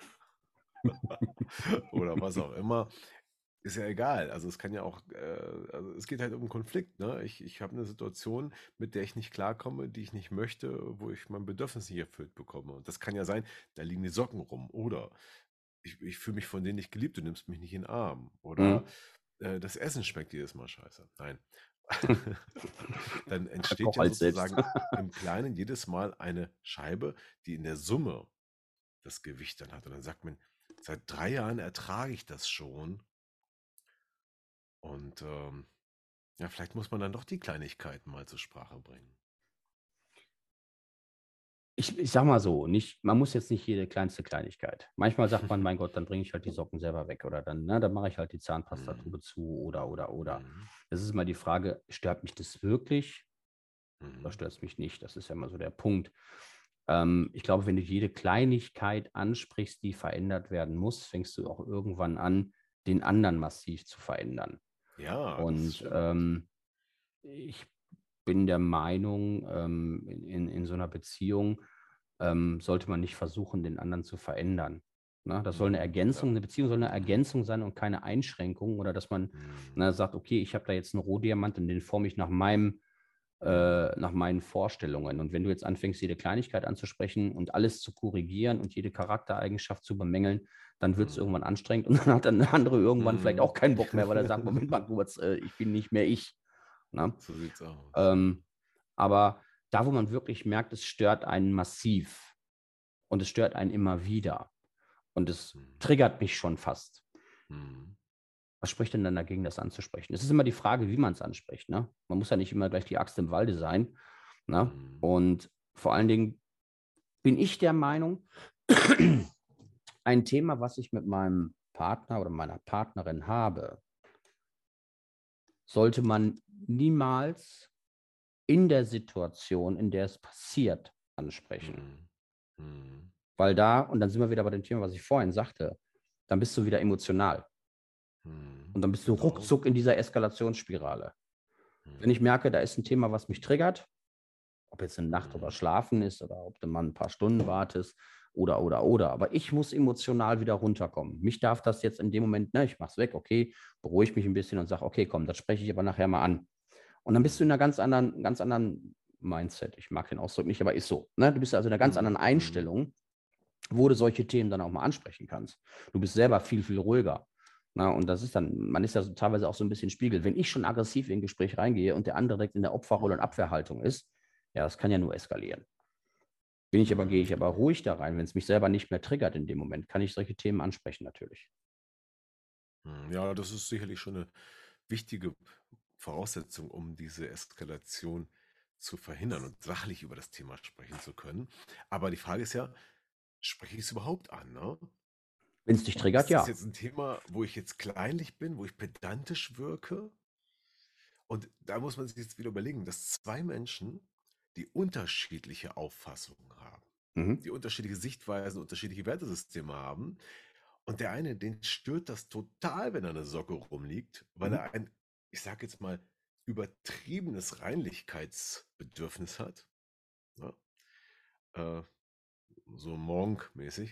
oder was auch immer. Ist ja egal. Also es kann ja auch, äh, also es geht halt um 'n Konflikt, ne? Ich ich habe eine Situation, mit der ich nicht klarkomme, die ich nicht möchte, wo ich mein Bedürfnis nicht erfüllt bekomme. Und das kann ja sein, da liegen die Socken rum oder ich ich fühle mich von denen nicht geliebt, du nimmst mich nicht in 'n Arm oder, Hm. äh, das Essen schmeckt jedes Mal scheiße. Nein. Dann entsteht Koch ja halt selbst. sozusagen im Kleinen jedes Mal eine Scheibe, die in der Summe das Gewicht dann hat. Und dann sagt man: „Seit drei Jahren ertrage ich das schon und, ähm“ ja, vielleicht muss man dann doch die Kleinigkeiten mal zur Sprache bringen. Ich, ich sag mal so, nicht, man muss jetzt nicht jede kleinste Kleinigkeit. Manchmal sagt man, mein Gott, dann bringe ich halt die Socken selber weg oder dann, ne, dann mache ich halt die Mhm. Zahnpastatube zu oder, oder, oder. Mhm. Das ist mal die Frage, stört mich das wirklich oder Mhm. stört es mich nicht? Das ist ja immer so der Punkt. Ähm, ich glaube, wenn du jede Kleinigkeit ansprichst, die verändert werden muss, fängst du auch irgendwann an, den anderen massiv zu verändern. Ja, das Und stimmt. ähm, ich bin der Meinung, ähm, in, in, in so einer Beziehung ähm, sollte man nicht versuchen, den anderen zu verändern. Ne? Das soll eine Mhm. Ja. Ergänzung, eine Beziehung soll eine Mhm. Ergänzung sein und keine Einschränkung oder dass man Mhm. ne, sagt, okay, ich habe da jetzt einen Rohdiamant und den forme ich nach meinem Mhm. äh, nach meinen Vorstellungen. Und wenn du jetzt anfängst, jede Kleinigkeit anzusprechen und alles zu korrigieren und jede Charaktereigenschaft zu bemängeln, dann wird es Mhm. irgendwann anstrengend und dann hat dann der andere irgendwann vielleicht Mhm. auch keinen Bock mehr, weil er sagt, Moment mal kurz, äh, ich bin nicht mehr ich. Ne? So sieht's aus. Ähm, aber da, wo man wirklich merkt, es stört einen massiv und es stört einen immer wieder und es Mhm. triggert mich schon fast. Mhm. Was spricht denn dann dagegen, das anzusprechen? Es ist immer die Frage, wie man es anspricht. Ne? Man muss ja nicht immer gleich die Axt im Walde sein. Ne? Mhm. Und vor allen Dingen bin ich der Meinung, ein Thema, was ich mit meinem Partner oder meiner Partnerin habe, sollte man niemals in der Situation, in der es passiert, ansprechen. Mhm. Mhm. Weil da, und dann sind wir wieder bei dem Thema, was ich vorhin sagte, dann bist du wieder emotional. Mhm. Und dann bist du Genau. ruckzuck in dieser Eskalationsspirale. Wenn ich Mhm. merke, da ist ein Thema, was mich triggert, ob jetzt eine Nacht drüber Mhm. schlafen ist oder ob du mal ein paar Stunden wartest oder, oder, oder. Aber ich muss emotional wieder runterkommen. Mich darf das jetzt in dem Moment, ne, ich mache es weg, okay, beruhige mich ein bisschen und sage, okay, komm, das spreche ich aber nachher mal an. Und dann bist du in Mhm. einer ganz anderen, ganz anderen Mindset. Ich mag den Ausdruck nicht, aber ist so. Ne? Du bist also in einer ganz anderen Mhm. Mhm. Einstellung, wo du solche Themen dann auch mal ansprechen kannst. Du bist selber viel, viel ruhiger. Na, und das ist dann, man ist ja so teilweise auch so ein bisschen Spiegel. Wenn ich schon aggressiv in ein Gespräch reingehe und der andere direkt in der Opferrolle und Mhm. Abwehrhaltung ist, ja, das kann ja nur eskalieren. Bin ich aber, gehe Mhm. ich aber ruhig da rein, wenn es mich selber nicht mehr triggert in dem Moment, kann ich solche Themen ansprechen natürlich. Mhm. Ja, das ist sicherlich schon eine wichtige Voraussetzung, um diese Eskalation zu verhindern und sachlich über das Thema sprechen zu können. Aber die Frage ist ja, spreche ich es überhaupt an, ne? Wenn es dich triggert, Ist das ja. jetzt ein Thema, wo ich jetzt kleinlich bin, wo ich pedantisch wirke? Und da muss man sich jetzt wieder überlegen, dass zwei Menschen, die unterschiedliche Auffassungen haben, Mhm. die unterschiedliche Sichtweisen, unterschiedliche Wertesysteme haben. Und der eine, den stört das total, wenn da 'ne Socke rumliegt, weil Mhm. er ein, ich sage jetzt mal, übertriebenes Reinlichkeitsbedürfnis hat, ne? Äh, so Monk-mäßig.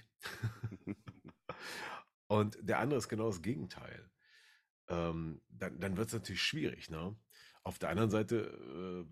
Und der andere ist genau das Gegenteil. Ähm, dann dann wird's natürlich schwierig, ne? Auf der anderen Seite,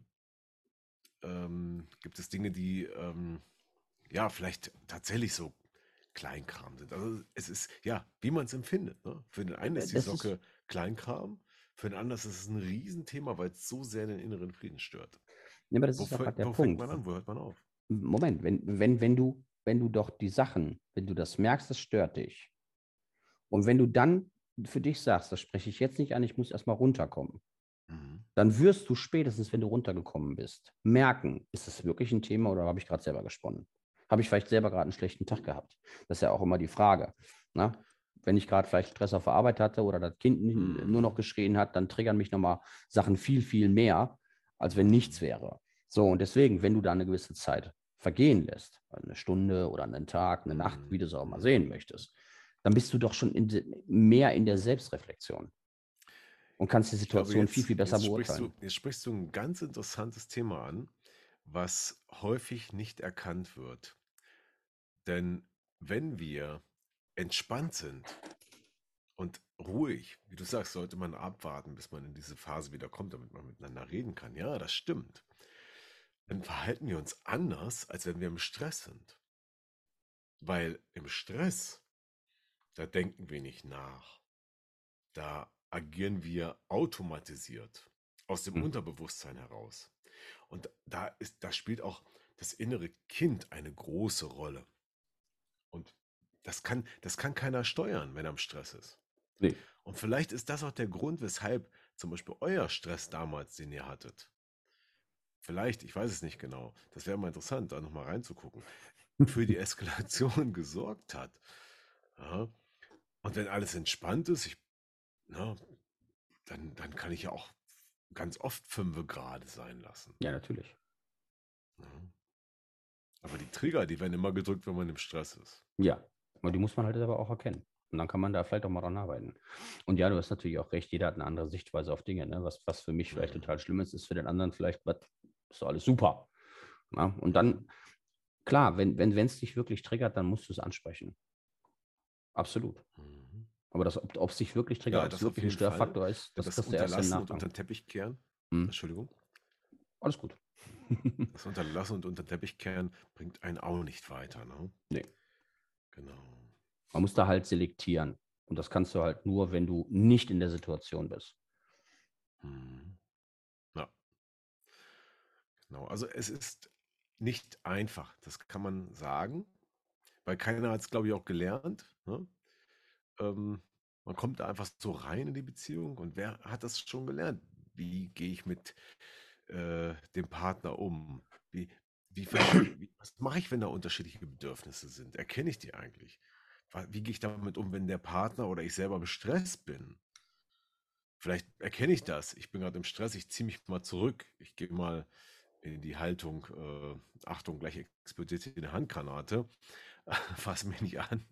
äh, ähm, gibt es Dinge, die, ähm, ja, vielleicht tatsächlich so Kleinkram sind. Also, es ist, ja, wie man es empfindet, ne? Für den einen ist die Das ist, Socke Kleinkram, für den anderen ist es ein Riesenthema, weil es so sehr den inneren Frieden stört. ja, aber das Wo ist auch fä gerade der wo fängt Punkt. man an? Wo hört man auf? Moment, wenn, wenn, wenn du, wenn du doch die Sachen, wenn du das merkst, das stört dich. Und wenn du dann für dich sagst, das spreche ich jetzt nicht an, ich muss erstmal runterkommen, Mhm. dann wirst du spätestens, wenn du runtergekommen bist, merken, ist es wirklich ein Thema oder habe ich gerade selber gesponnen? Habe ich vielleicht selber gerade einen schlechten Tag gehabt? Das ist ja auch immer die Frage. Ne? Wenn ich gerade vielleicht Stress auf der Arbeit hatte oder das Kind nur noch Mhm. geschrien hat, dann triggern mich nochmal Sachen viel, viel mehr, als wenn nichts Mhm. wäre. So, und deswegen, wenn du da eine gewisse Zeit vergehen lässt, eine Stunde oder einen Tag, eine Nacht, wie Mhm. du es auch mal Mhm. sehen möchtest, dann bist du doch schon in de, mehr in der Selbstreflexion und kannst die Ich glaube, Situation viel, jetzt viel besser jetzt sprichst du beurteilen. jetzt sprichst du ein ganz interessantes Thema an, was häufig nicht erkannt wird. Denn wenn wir entspannt sind und ruhig, wie du sagst, sollte man abwarten, bis man in diese Phase wieder kommt, damit man miteinander reden kann. Ja, das stimmt. Dann verhalten wir uns anders, als wenn wir im Stress sind. Weil im Stress, da denken wir nicht nach. Da agieren wir automatisiert aus dem Hm. Unterbewusstsein heraus. Und da ist, da spielt auch das innere Kind eine große Rolle. Und das kann, das kann keiner steuern, wenn er im Stress ist. Nee. Und vielleicht ist das auch der Grund, weshalb zum Beispiel euer Stress damals, den ihr hattet, vielleicht, ich weiß es nicht genau, das wäre mal interessant, da nochmal reinzugucken, für die Eskalation gesorgt hat. Ja? Und wenn alles entspannt ist, ich, na, dann, dann kann ich ja auch ganz oft fünfe gerade sein lassen. Ja, natürlich. Ja? Aber die Trigger, die werden immer gedrückt, wenn man im Stress ist. Ja, und die muss man halt aber auch erkennen. Und dann kann man da vielleicht auch mal dran arbeiten. Und ja, du hast natürlich auch recht, jeder hat eine andere Sichtweise auf Dinge. Ne? Was, was für mich vielleicht Mhm. total schlimm ist, ist für den anderen vielleicht, was ist doch alles super. Ja? Und Mhm. dann, klar, wenn wenn wenn, es dich wirklich triggert, dann musst du es ansprechen. Absolut. Mhm. Aber das, ob es dich wirklich triggert, Ja, ob es das auf wirklich ein jeden Fall. Störfaktor ist, Ja, das das kriegst du erst im Unterlassen und Nachgang. unter 'n Teppich kehren Mhm. Entschuldigung. Alles gut. Das Unterlassen und unter 'n Teppich kehren bringt einen auch nicht weiter, ne? Ne. Genau. Man muss da halt selektieren. Und das kannst du halt nur, wenn du nicht in der Situation bist. Mhm. Ja. Genau. Also, es ist nicht einfach, das kann man sagen, weil keiner hat's, glaube ich, auch gelernt, ne? Ähm, man kommt da einfach so rein in die Beziehung und wer hat das schon gelernt? Wie gehe ich mit, äh, dem Partner um? Wie wie verste wie was mache ich, wenn da unterschiedliche Bedürfnisse sind? Erkenne ich die eigentlich? Wa wie gehe ich damit um, wenn der Partner oder ich selber im Stress bin? Vielleicht erkenne ich das. Ich bin grad im Stress, ich ziehe mich mal zurück. Ich gehe mal in die Haltung, äh, Achtung, gleich explodiert hier 'ne Handgranate. Fass mich nicht an.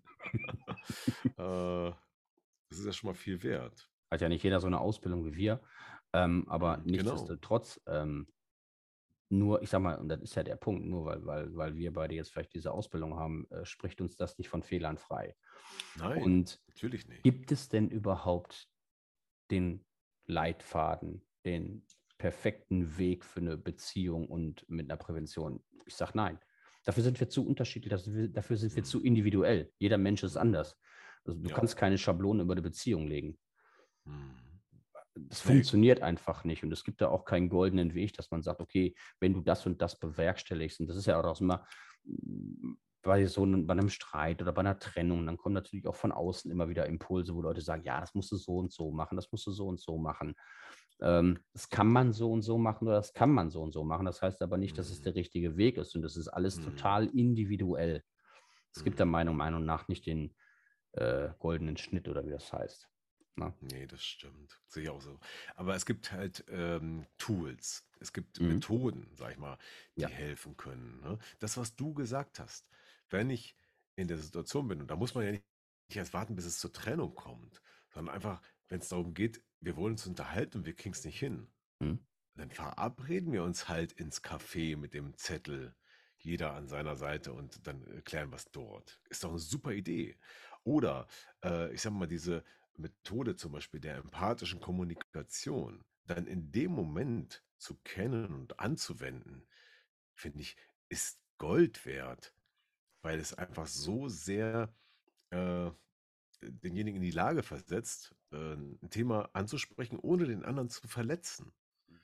Äh, das ist ja schon mal viel wert. Hat ja nicht jeder so 'ne Ausbildung wie wir, ähm, aber Mhm, genau. nichtsdestotrotz, ähm nur ich sage mal, und das ist ja der Punkt, nur weil weil weil wir beide jetzt vielleicht diese Ausbildung haben, äh, spricht uns das nicht von Fehlern frei. Nein, Und natürlich nicht. gibt es denn überhaupt den Leitfaden, den perfekten Weg für 'ne Beziehung und mit 'ner Prävention? Ich sage: „Nein.“ Dafür sind wir zu unterschiedlich, das wi dafür sind wir zu Mhm. individuell. Jeder Mensch ist Mhm. anders. Also, du Ja. kannst keine Schablone über 'ne Beziehung legen. Mhm. Das Ne. funktioniert einfach nicht und es gibt da auch keinen goldenen Weg, dass man sagt: „Okay, wenn du das und das bewerkstelligst“ und das ist ja auch immer, hm, bei so 'nem bei 'nem Streit oder bei 'ner Trennung, dann kommen natürlich auch von außen immer wieder Impulse, wo Leute sagen: „Ja, das musst du so und so machen, das musst du so und so machen.“ Ähm, das kann man so und so machen oder das kann man so und so machen. Das heißt aber nicht, dass es Mhm. der richtige Weg ist und das ist alles Mhm. total individuell. Es gibt da Mhm. meiner Meinung nach nicht den, äh, goldenen Schnitt oder wie das heißt, ne? Ne, das stimmt. Sehe ich auch so. Aber es gibt halt, ähm, Tools. Es gibt Mhm. Methoden, sage ich mal, die Ja. helfen können, ne? Das, was du gesagt hast, wenn ich in der Situation bin und da muss man ja nicht erst warten, bis es zur Trennung kommt, sondern einfach, wenn's darum geht, wir wollen uns unterhalten und wir kriegen's nicht hin, Mhm. dann verabreden wir uns halt ins Café mit dem Zettel, jeder an seiner Seite und dann, äh, klären wir's dort. Ist doch 'ne super Idee. Oder, äh, ich sage mal, diese Methode zum Beispiel der empathischen Kommunikation dann in dem Moment zu kennen und anzuwenden, finde ich, ist Gold wert, weil es einfach so sehr, äh, denjenigen in die Lage versetzt, äh, 'n Thema anzusprechen, ohne den anderen zu verletzen.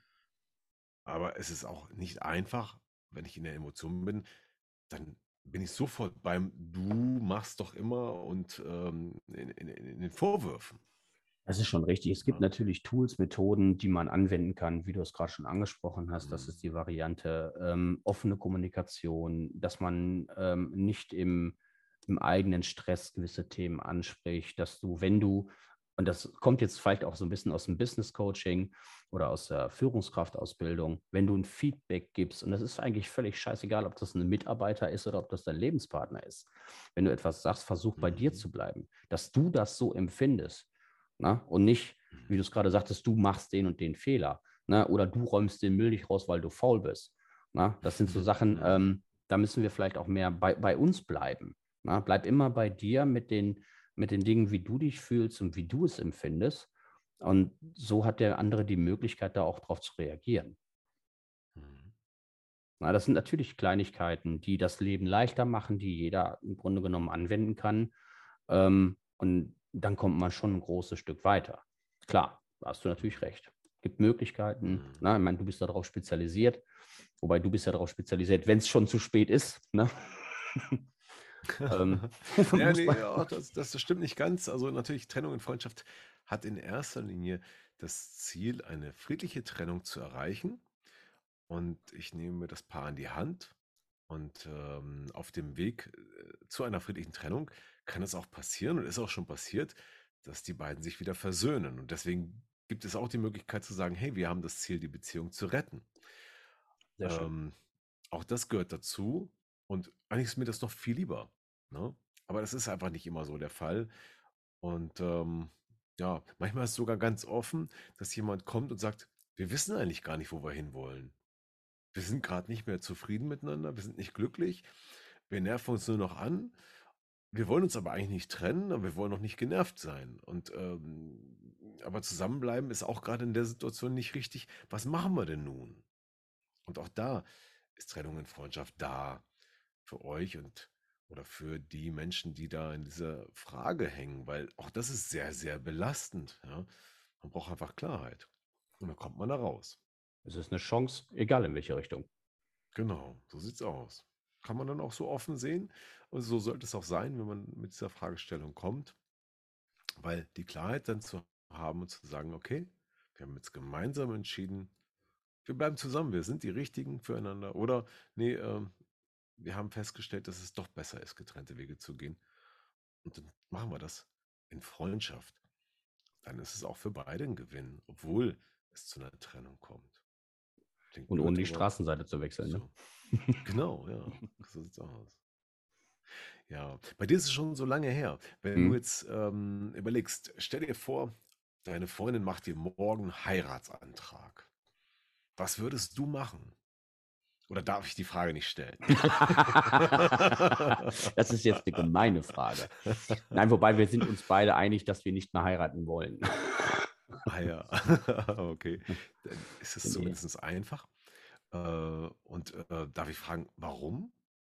Aber es ist auch nicht einfach, wenn ich in der Emotion bin, dann bin ich sofort beim „Du machst doch immer“ und, ähm, in in in den Vorwürfen. Das ist schon richtig. Es gibt Ja. natürlich Tools, Methoden, die man anwenden kann, wie du es grad schon angesprochen hast. Das Mhm. ist die Variante, ähm, offene Kommunikation, dass man, ähm, nicht im im eigenen Stress gewisse Themen anspricht, dass du, wenn du und das kommt jetzt vielleicht auch so 'n bisschen aus'm Business Coaching oder aus der Führungskraftausbildung, wenn du 'n Feedback gibst und das ist eigentlich völlig scheißegal, ob das 'n Mitarbeiter ist oder ob das dein Lebenspartner ist. Wenn du etwas sagst, versuch bei dir Mhm. zu bleiben, dass du das so empfindest, ne? Und nicht, wie Mhm. du's grade sagtest, du machst den und den Fehler, ne? Oder du räumst den Müll nicht raus, weil du faul bist, ne? Das sind so Sachen, Mhm. ähm, da müssen wir vielleicht auch mehr bei bei uns bleiben, ne? Bleib immer bei dir mit den mit den Dingen, wie du dich fühlst und wie du es empfindest. Und so hat der andere die Möglichkeit, da auch drauf zu reagieren. Mhm. Na, das sind natürlich Kleinigkeiten, die das Leben leichter machen, die jeder im Grunde genommen anwenden kann. Ähm, und dann kommt man schon 'n großes Stück weiter. Klar, da hast du natürlich Mhm. recht. Gibt Möglichkeiten, Mhm. ne? Ich meine, du bist da drauf spezialisiert, wobei du bist ja darauf spezialisiert, wenn's schon zu spät ist, ne? Ähm, Ja, muss ne, man ja, das das das stimmt nicht ganz. Also, natürlich, Trennung in Freundschaft hat in erster Linie das Ziel, eine friedliche Trennung zu erreichen. Und ich nehme das Paar an die Hand und, ähm, auf dem Weg, äh, zu einer friedlichen Trennung kann es auch passieren und ist auch schon passiert, dass die beiden sich wieder versöhnen. Und deswegen gibt es auch die Möglichkeit zu sagen: „Hey, wir haben das Ziel, die Beziehung zu retten.“ Sehr schön. Ähm, auch das gehört dazu und eigentlich ist mir das noch viel lieber, ne? Aber das ist einfach nicht immer so der Fall. Und, ähm, ja, manchmal ist es sogar ganz offen, dass jemand kommt und sagt: „Wir wissen eigentlich gar nicht, wo wir hinwollen. Wir sind grad nicht mehr zufrieden miteinander, wir sind nicht glücklich, wir nerven uns nur noch an.“ wir wollen uns aber eigentlich nicht trennen, aber wir wollen auch nicht genervt sein. Und ähm, aber zusammenbleiben ist auch gerade in der Situation nicht richtig. Was machen wir denn nun? Und auch da ist Trennung in Freundschaft da für euch und oder für die Menschen, die da in dieser Frage hängen, weil auch das ist sehr, sehr belastend. Ja? Man braucht einfach Klarheit. Und dann kommt man da raus. Es ist eine Chance, egal in welche Richtung. Genau, so sieht's aus. Kann man dann auch so offen sehen. Und so sollte es auch sein, wenn man mit dieser Fragestellung kommt, weil die Klarheit dann zu haben und zu sagen, okay, wir haben jetzt gemeinsam entschieden, wir bleiben zusammen, wir sind die Richtigen füreinander. Oder nee, ähm, wir haben festgestellt, dass es doch besser ist, getrennte Wege zu gehen. Und dann machen wir das in Freundschaft. Dann ist es auch für beide ein Gewinn, obwohl es zu einer Trennung kommt. Klingt Und ohne blöd, die aber Straßenseite zu wechseln. Ne? so. Genau, ja. So sieht's aus. Ja, bei dir ist es schon so lange her. Wenn du Hm. jetzt ähm, überlegst, stell dir vor, deine Freundin macht dir morgen einen Heiratsantrag. Was würdest du machen? Oder darf ich die Frage nicht stellen? Das ist jetzt eine gemeine Frage. Nein, wobei wir sind uns beide einig, dass wir nicht mehr heiraten wollen. Ah ja, okay. Dann ist es Nee. zumindest einfach. Äh, und äh, darf ich fragen, warum?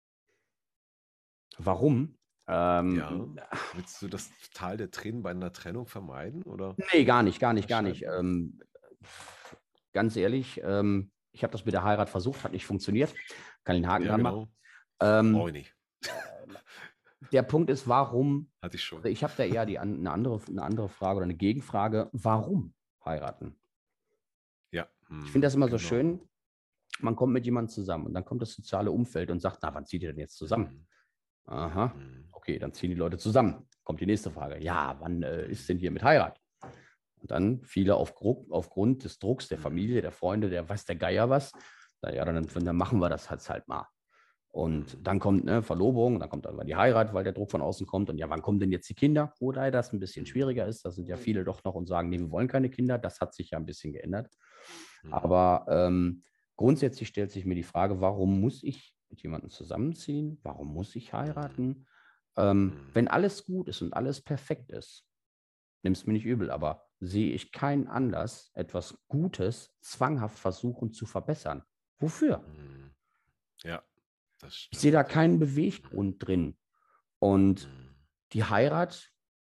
Warum? Ja, Ähm, willst du das Tal der Tränen bei einer Trennung vermeiden oder nee, gar nicht, gar nicht, gar nicht. verscheiden? Ähm, ganz ehrlich, ähm, ich habe das mit der Heirat versucht, hat nicht funktioniert. Kann ich einen Haken Ja, dran machen. genau. Brauche Ähm, ich nicht. der Punkt ist, warum, Hatte ich schon. also ich habe da eher die, eine, andere, eine andere Frage oder eine Gegenfrage, warum heiraten? Ja, Ich finde hm, das immer so genau. schön, man kommt mit jemandem zusammen und dann kommt das soziale Umfeld und sagt, na, wann zieht ihr denn jetzt zusammen? Hm, Aha, hm, okay, dann ziehen die Leute zusammen. Kommt die nächste Frage. Ja, wann äh, ist hm, denn hier mit Heirat? Und dann viele auf, aufgrund des Drucks der hm, Familie, der Freunde, der weiß der Geier was. Na ja, dann, dann machen wir das halt, halt mal. Und hm, dann kommt eine Verlobung, dann kommt dann mal die Heirat, weil der Druck von außen kommt. Und ja, wann kommen denn jetzt die Kinder? Wobei das ein bisschen schwieriger hm, ist. Da sind ja viele doch noch und sagen, nee, wir wollen keine Kinder. Das hat sich ja ein bisschen geändert. hm, Aber ähm, grundsätzlich stellt sich mir die Frage, warum muss ich mit jemandem zusammenziehen? Warum muss ich hm, heiraten? Ähm, hm, wenn alles gut ist und alles perfekt ist, nimm es mir nicht übel, aber sehe ich keinen Anlass, etwas Gutes zwanghaft versuchen zu verbessern. Wofür? hm. Ja, das Ich sehe da stimmt. keinen Hm, Beweggrund drin. Und hm, die Heirat,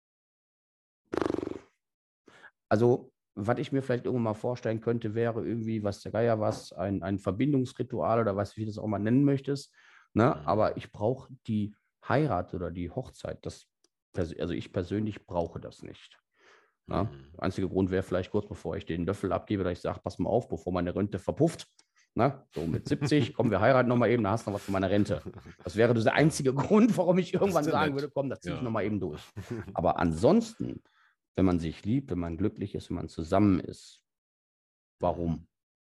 also was ich mir vielleicht irgendwann mal vorstellen könnte, wäre irgendwie, was der Geier was, ein, ein Verbindungsritual oder was, wie du das auch mal nennen möchtest. Ne? Aber hm, ich brauche die Heirat oder die Hochzeit. Das, also ich persönlich brauche das nicht. Ne? hm. Der einzige Grund wäre vielleicht kurz bevor ich den Löffel abgebe, dass ich sage, pass mal auf, bevor meine Rente verpufft. Ne? So mit siebzig, komm, wir heiraten nochmal eben, da hast du noch was von meiner Rente. Das wäre der Ja, einzige Grund, warum ich das ist irgendwann ja sagen würde, nett. komm, da ziehe ich Ja, nochmal ja. eben durch. Aber ansonsten, wenn man sich liebt, wenn man glücklich ist, wenn man zusammen ist, Hm. warum?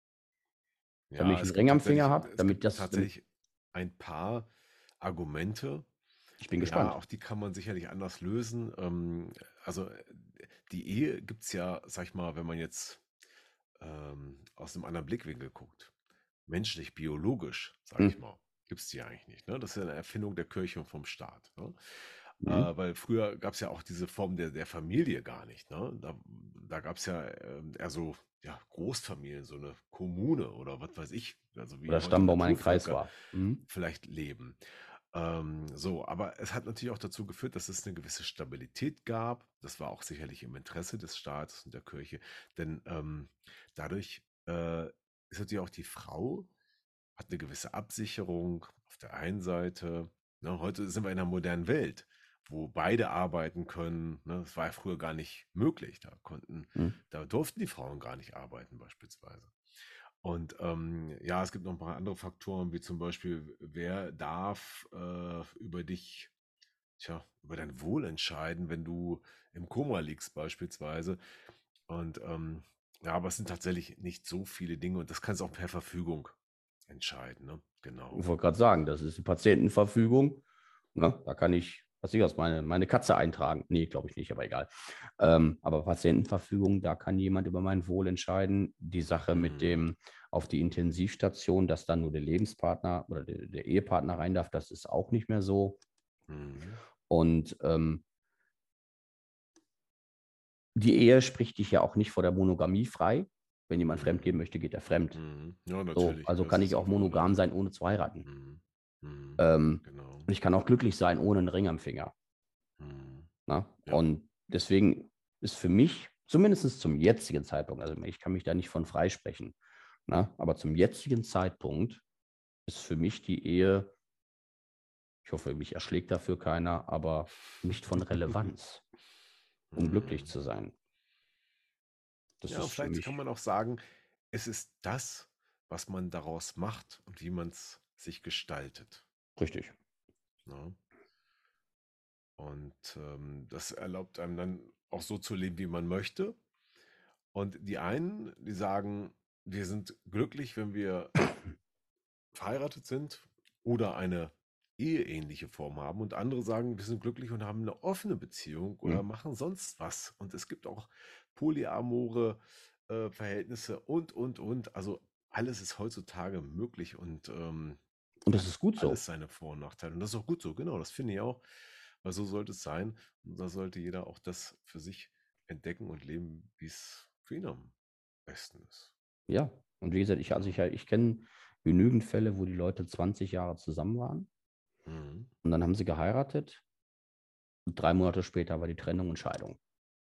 Damit Ja, ich einen es Ring gibt am Finger tatsächlich, habe, es damit gibt das, damit, tatsächlich ein paar Argumente. ich bin Ja, gespannt. auch die kann man sicherlich anders lösen. Ähm, also äh, die Ehe gibt es ja, sag ich mal, wenn man jetzt ähm, aus einem anderen Blickwinkel guckt, menschlich, biologisch, sage Hm. ich mal, gibt es die eigentlich nicht. Ne? Das ist ja eine Erfindung der Kirche und vom Staat. Ne? Hm. Äh, weil früher gab es ja auch diese Form der, der Familie gar nicht. Ne? Da, da gab es ja ähm, eher so ja, Großfamilien, so eine Kommune oder was weiß ich, also Wo wie der heute Stammbaum ein Kreis Naturvölker war. Hm. vielleicht leben. Ähm, so, aber es hat natürlich auch dazu geführt, dass es eine gewisse Stabilität gab. Das war auch sicherlich im Interesse des Staates und der Kirche, denn ähm, dadurch äh, ist natürlich auch die Frau, hat eine gewisse Absicherung auf der einen Seite. Ne, heute sind wir in einer modernen Welt, wo beide arbeiten können. Ne? Das war ja früher gar nicht möglich. Da konnten, Hm. da durften die Frauen gar nicht arbeiten, beispielsweise. Und ähm, ja, es gibt noch ein paar andere Faktoren, wie zum Beispiel, wer darf äh, über dich, tja, über dein Wohl entscheiden, wenn du im Koma liegst, beispielsweise. Und ähm, ja, aber es sind tatsächlich nicht so viele Dinge und das kannst du auch per Verfügung entscheiden, ne? Ich Genau. wollte gerade sagen, das ist die Patientenverfügung. Ne? Da kann ich, was ich was, meine, meine Katze eintragen. Nee, glaube ich nicht, aber egal. Ähm, aber Patientenverfügung, da kann jemand über mein Wohl entscheiden. Die Sache mit Mhm. dem auf die Intensivstation, dass dann nur der Lebenspartner oder der, der Ehepartner rein darf, das ist auch nicht mehr so. Mhm. Und ähm, die Ehe spricht dich ja auch nicht vor der Monogamie frei. Wenn jemand fremd gehen Mhm. möchte, geht er fremd. Mhm. Ja, So, natürlich. also Das kann ich ist auch auch nur monogam eine. sein, ohne zu heiraten. Mhm. Mhm. Ähm, Genau. und ich kann auch glücklich sein, ohne einen Ring am Finger. Mhm. Ne? Ja. Und deswegen ist für mich, zumindest zum jetzigen Zeitpunkt, also ich kann mich da nicht von freisprechen, ne? Aber zum jetzigen Zeitpunkt ist für mich die Ehe, ich hoffe, mich erschlägt dafür keiner, aber nicht von Relevanz, um glücklich Mhm. zu sein. Das Ja, ist für vielleicht kann mich man auch sagen, es ist das, was man daraus macht und wie man es sich gestaltet. richtig. Ne? Und ähm, das erlaubt einem dann auch so zu leben, wie man möchte. Und die einen, die sagen, wir sind glücklich, wenn wir verheiratet sind oder eine eheähnliche Form haben. Und andere sagen, wir sind glücklich und haben eine offene Beziehung Hm. oder machen sonst was. Und es gibt auch polyamore äh, Verhältnisse und, und, und. Also alles ist heutzutage möglich und ähm, Und das hat ist gut alles so. seine Vor- und Nachteile. Und das ist auch gut so, genau, das finde ich auch. Weil so sollte es sein. Und da sollte jeder auch das für sich entdecken und leben, wie es für ihn am besten ist. Ja. Und wie gesagt, ich, also Ja. ich, ich kenne genügend Fälle, wo die Leute zwanzig Jahre zusammen waren Mhm. und dann haben sie geheiratet und drei Monate später war die Trennung und Scheidung.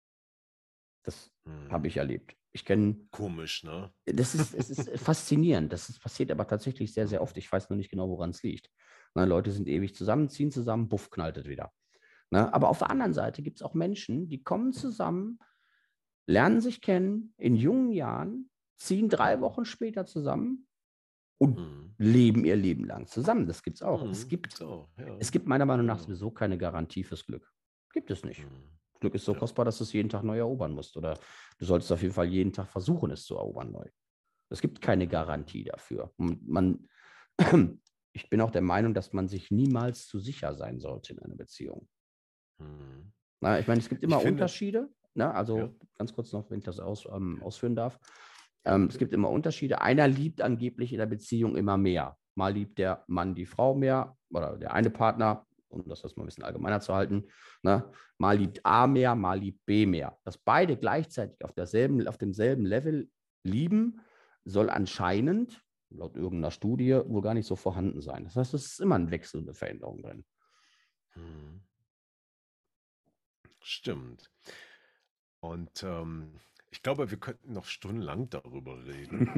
Das habe Mhm. ich erlebt. Ich kenne, Komisch, ne? das ist, es ist faszinierend. Das ist, passiert aber tatsächlich sehr, sehr Mhm. oft. Ich weiß nur nicht genau, woran es liegt. Na, Leute sind ewig zusammen, ziehen zusammen, buff, knallt es wieder. Na, aber auf der anderen Mhm. Seite gibt es auch Menschen, die kommen zusammen, lernen sich kennen in jungen Jahren, ziehen drei Mhm. Wochen später zusammen und Mhm. leben ihr Leben lang zusammen. Das gibt es auch. Es Mhm. gibt, Gibt's auch, ja. es gibt meiner Meinung nach Genau. sowieso keine Garantie fürs Glück. Gibt es nicht. Mhm. Glück ist so Ja. kostbar, dass du es jeden Tag neu erobern musst. Oder du solltest auf jeden Fall jeden Tag versuchen, es zu erobern neu. Es gibt keine Mhm. Garantie dafür. Und man, ich bin auch der Meinung, dass man sich niemals zu sicher sein sollte in einer Beziehung. Mhm. Na, ich meine, es gibt Ich immer finde, Unterschiede. Ne? ja, Also ganz kurz noch, wenn ich das aus, ähm, ausführen darf. ja, Ähm, es bitte. gibt immer Unterschiede. Einer liebt angeblich in der Beziehung immer mehr. Mal liebt der Mann die Frau mehr oder der eine Partner, um das jetzt mal ein bisschen allgemeiner zu halten. Ne? Mal liebt A mehr, mal liebt B mehr. Dass beide gleichzeitig auf, derselben, auf demselben Level lieben, soll anscheinend, laut irgendeiner Studie, wohl gar nicht so vorhanden sein. Das heißt, es ist immer ein Wechsel, eine Veränderung drin. Mhm. Stimmt. Und ähm, ich glaube, wir könnten noch stundenlang darüber reden.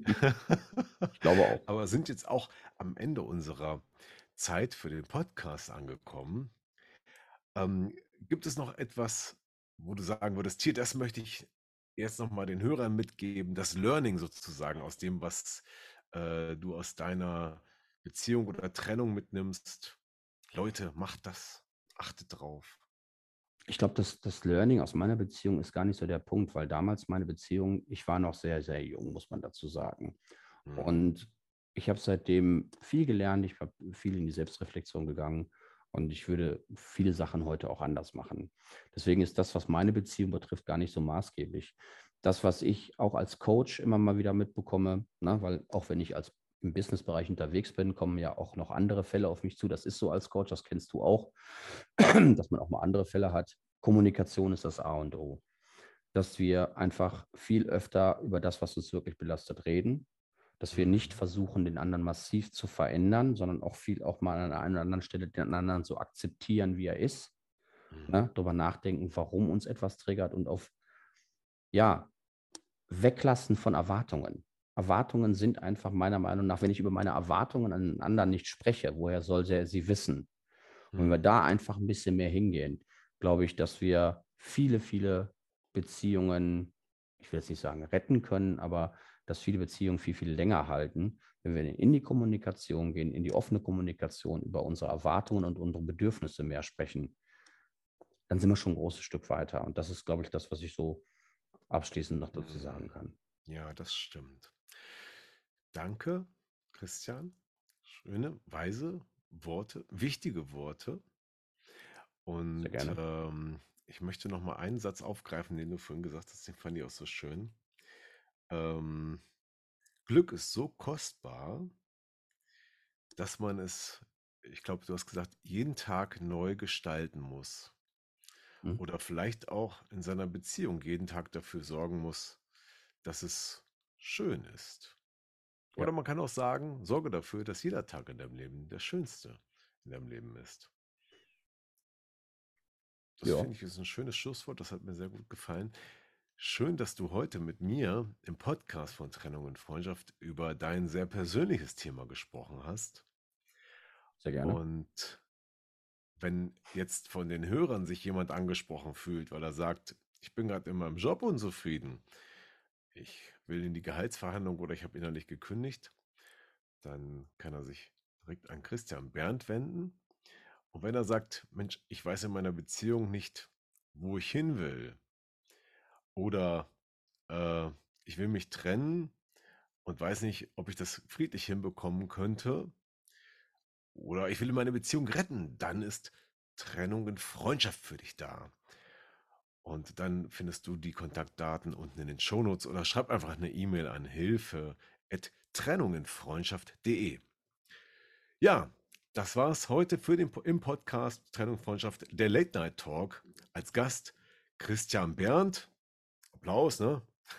Ich glaube auch. Aber sind jetzt auch am Ende unserer Zeit für den Podcast angekommen. Ähm, gibt es noch etwas, wo du sagen würdest, hier, das möchte ich jetzt nochmal den Hörern mitgeben, das Learning sozusagen aus dem, was äh, du aus deiner Beziehung oder Trennung mitnimmst? Leute, macht das, achtet drauf. Ich glaube, das, das Learning aus meiner Beziehung ist gar nicht so der Punkt, weil damals meine Beziehung, ich war noch sehr, sehr jung, muss man dazu sagen. Mhm. Und ich habe seitdem viel gelernt, ich habe viel in die Selbstreflexion gegangen und ich würde viele Sachen heute auch anders machen. Deswegen ist das, was meine Beziehung betrifft, gar nicht so maßgeblich. Das, was ich auch als Coach immer mal wieder mitbekomme, ne, weil auch wenn ich als im Businessbereich unterwegs bin, kommen ja auch noch andere Fälle auf mich zu. Das ist so als Coach, das kennst du auch, dass man auch mal andere Fälle hat. Kommunikation ist das A und O. Dass wir einfach viel öfter über das, was uns wirklich belastet, reden. Dass wir nicht Mhm. versuchen, den anderen massiv zu verändern, sondern auch viel auch mal an einer anderen Stelle den anderen so akzeptieren, wie er ist. Mhm. Ne? Darüber nachdenken, warum uns etwas triggert und auf, ja, Weglassen von Erwartungen. Erwartungen sind einfach meiner Meinung nach, wenn ich über meine Erwartungen an einen anderen nicht spreche, woher soll er sie wissen? Und wenn wir Mhm. da einfach ein bisschen mehr hingehen, glaube ich, dass wir viele, viele Beziehungen, ich will jetzt nicht sagen retten können, aber dass viele Beziehungen viel, viel länger halten, wenn wir in die Kommunikation gehen, in die offene Kommunikation über unsere Erwartungen und unsere Bedürfnisse mehr sprechen, dann sind wir schon ein großes Stück weiter. Und das ist, glaube ich, das, was ich so abschließend noch dazu sagen Mhm. kann. Ja, das stimmt. Danke, Christian. Schöne, weise Worte, wichtige Worte. Sehr Und gerne. ähm, ich möchte noch mal einen Satz aufgreifen, den du vorhin gesagt hast, den fand ich auch so schön. Ähm, Glück ist so kostbar, dass man es ich glaube, du hast gesagt, jeden Tag neu gestalten muss. Hm? Oder vielleicht auch in seiner Beziehung jeden Tag dafür sorgen muss, dass es schön ist. Ja, Oder man kann auch sagen, sorge dafür, dass jeder Tag in deinem Leben der schönste in deinem Leben ist. Das ja, finde ich ist ein schönes Schlusswort, das hat mir sehr gut gefallen. Schön, dass du heute mit mir im Podcast von Trennung und Freundschaft über dein sehr persönliches Thema gesprochen hast. sehr gerne. Und wenn jetzt von den Hörern sich jemand angesprochen fühlt, weil er sagt, ich bin gerade in meinem Job unzufrieden, ich will in die Gehaltsverhandlung oder ich habe innerlich gekündigt, dann kann er sich direkt an Christian Berndt wenden. Und wenn er sagt, Mensch, ich weiß in meiner Beziehung nicht, wo ich hin will, oder äh, ich will mich trennen und weiß nicht, ob ich das friedlich hinbekommen könnte, oder ich will meine Beziehung retten, dann ist Trennung und Freundschaft für dich da. Und dann findest du die Kontaktdaten unten in den Shownotes oder schreib einfach eine E-Mail an hilfe at trennungenfreundschaft punkt de. Ja, das war's heute für den, im Podcast Trennung Freundschaft, der Late Night Talk. Als Gast Christian Berndt. Applaus, ne?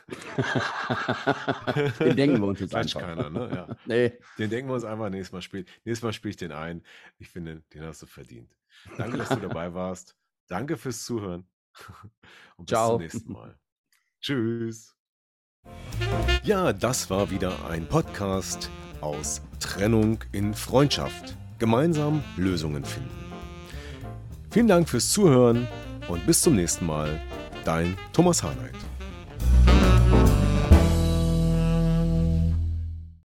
Den denken wir uns jetzt Klatscht einfach. keiner, ne? Ja. Nee, Den denken wir uns einfach nächstes Mal spielen. Nächstes Mal spiele ich den ein. Ich finde, den hast du verdient. Danke, dass du dabei warst. Danke fürs Zuhören. Und bis zum ciao. nächsten Mal. Tschüss. Ja, das war wieder ein Podcast aus Trennung in Freundschaft. Gemeinsam Lösungen finden. Vielen Dank fürs Zuhören und bis zum nächsten Mal. Dein Thomas Harnight.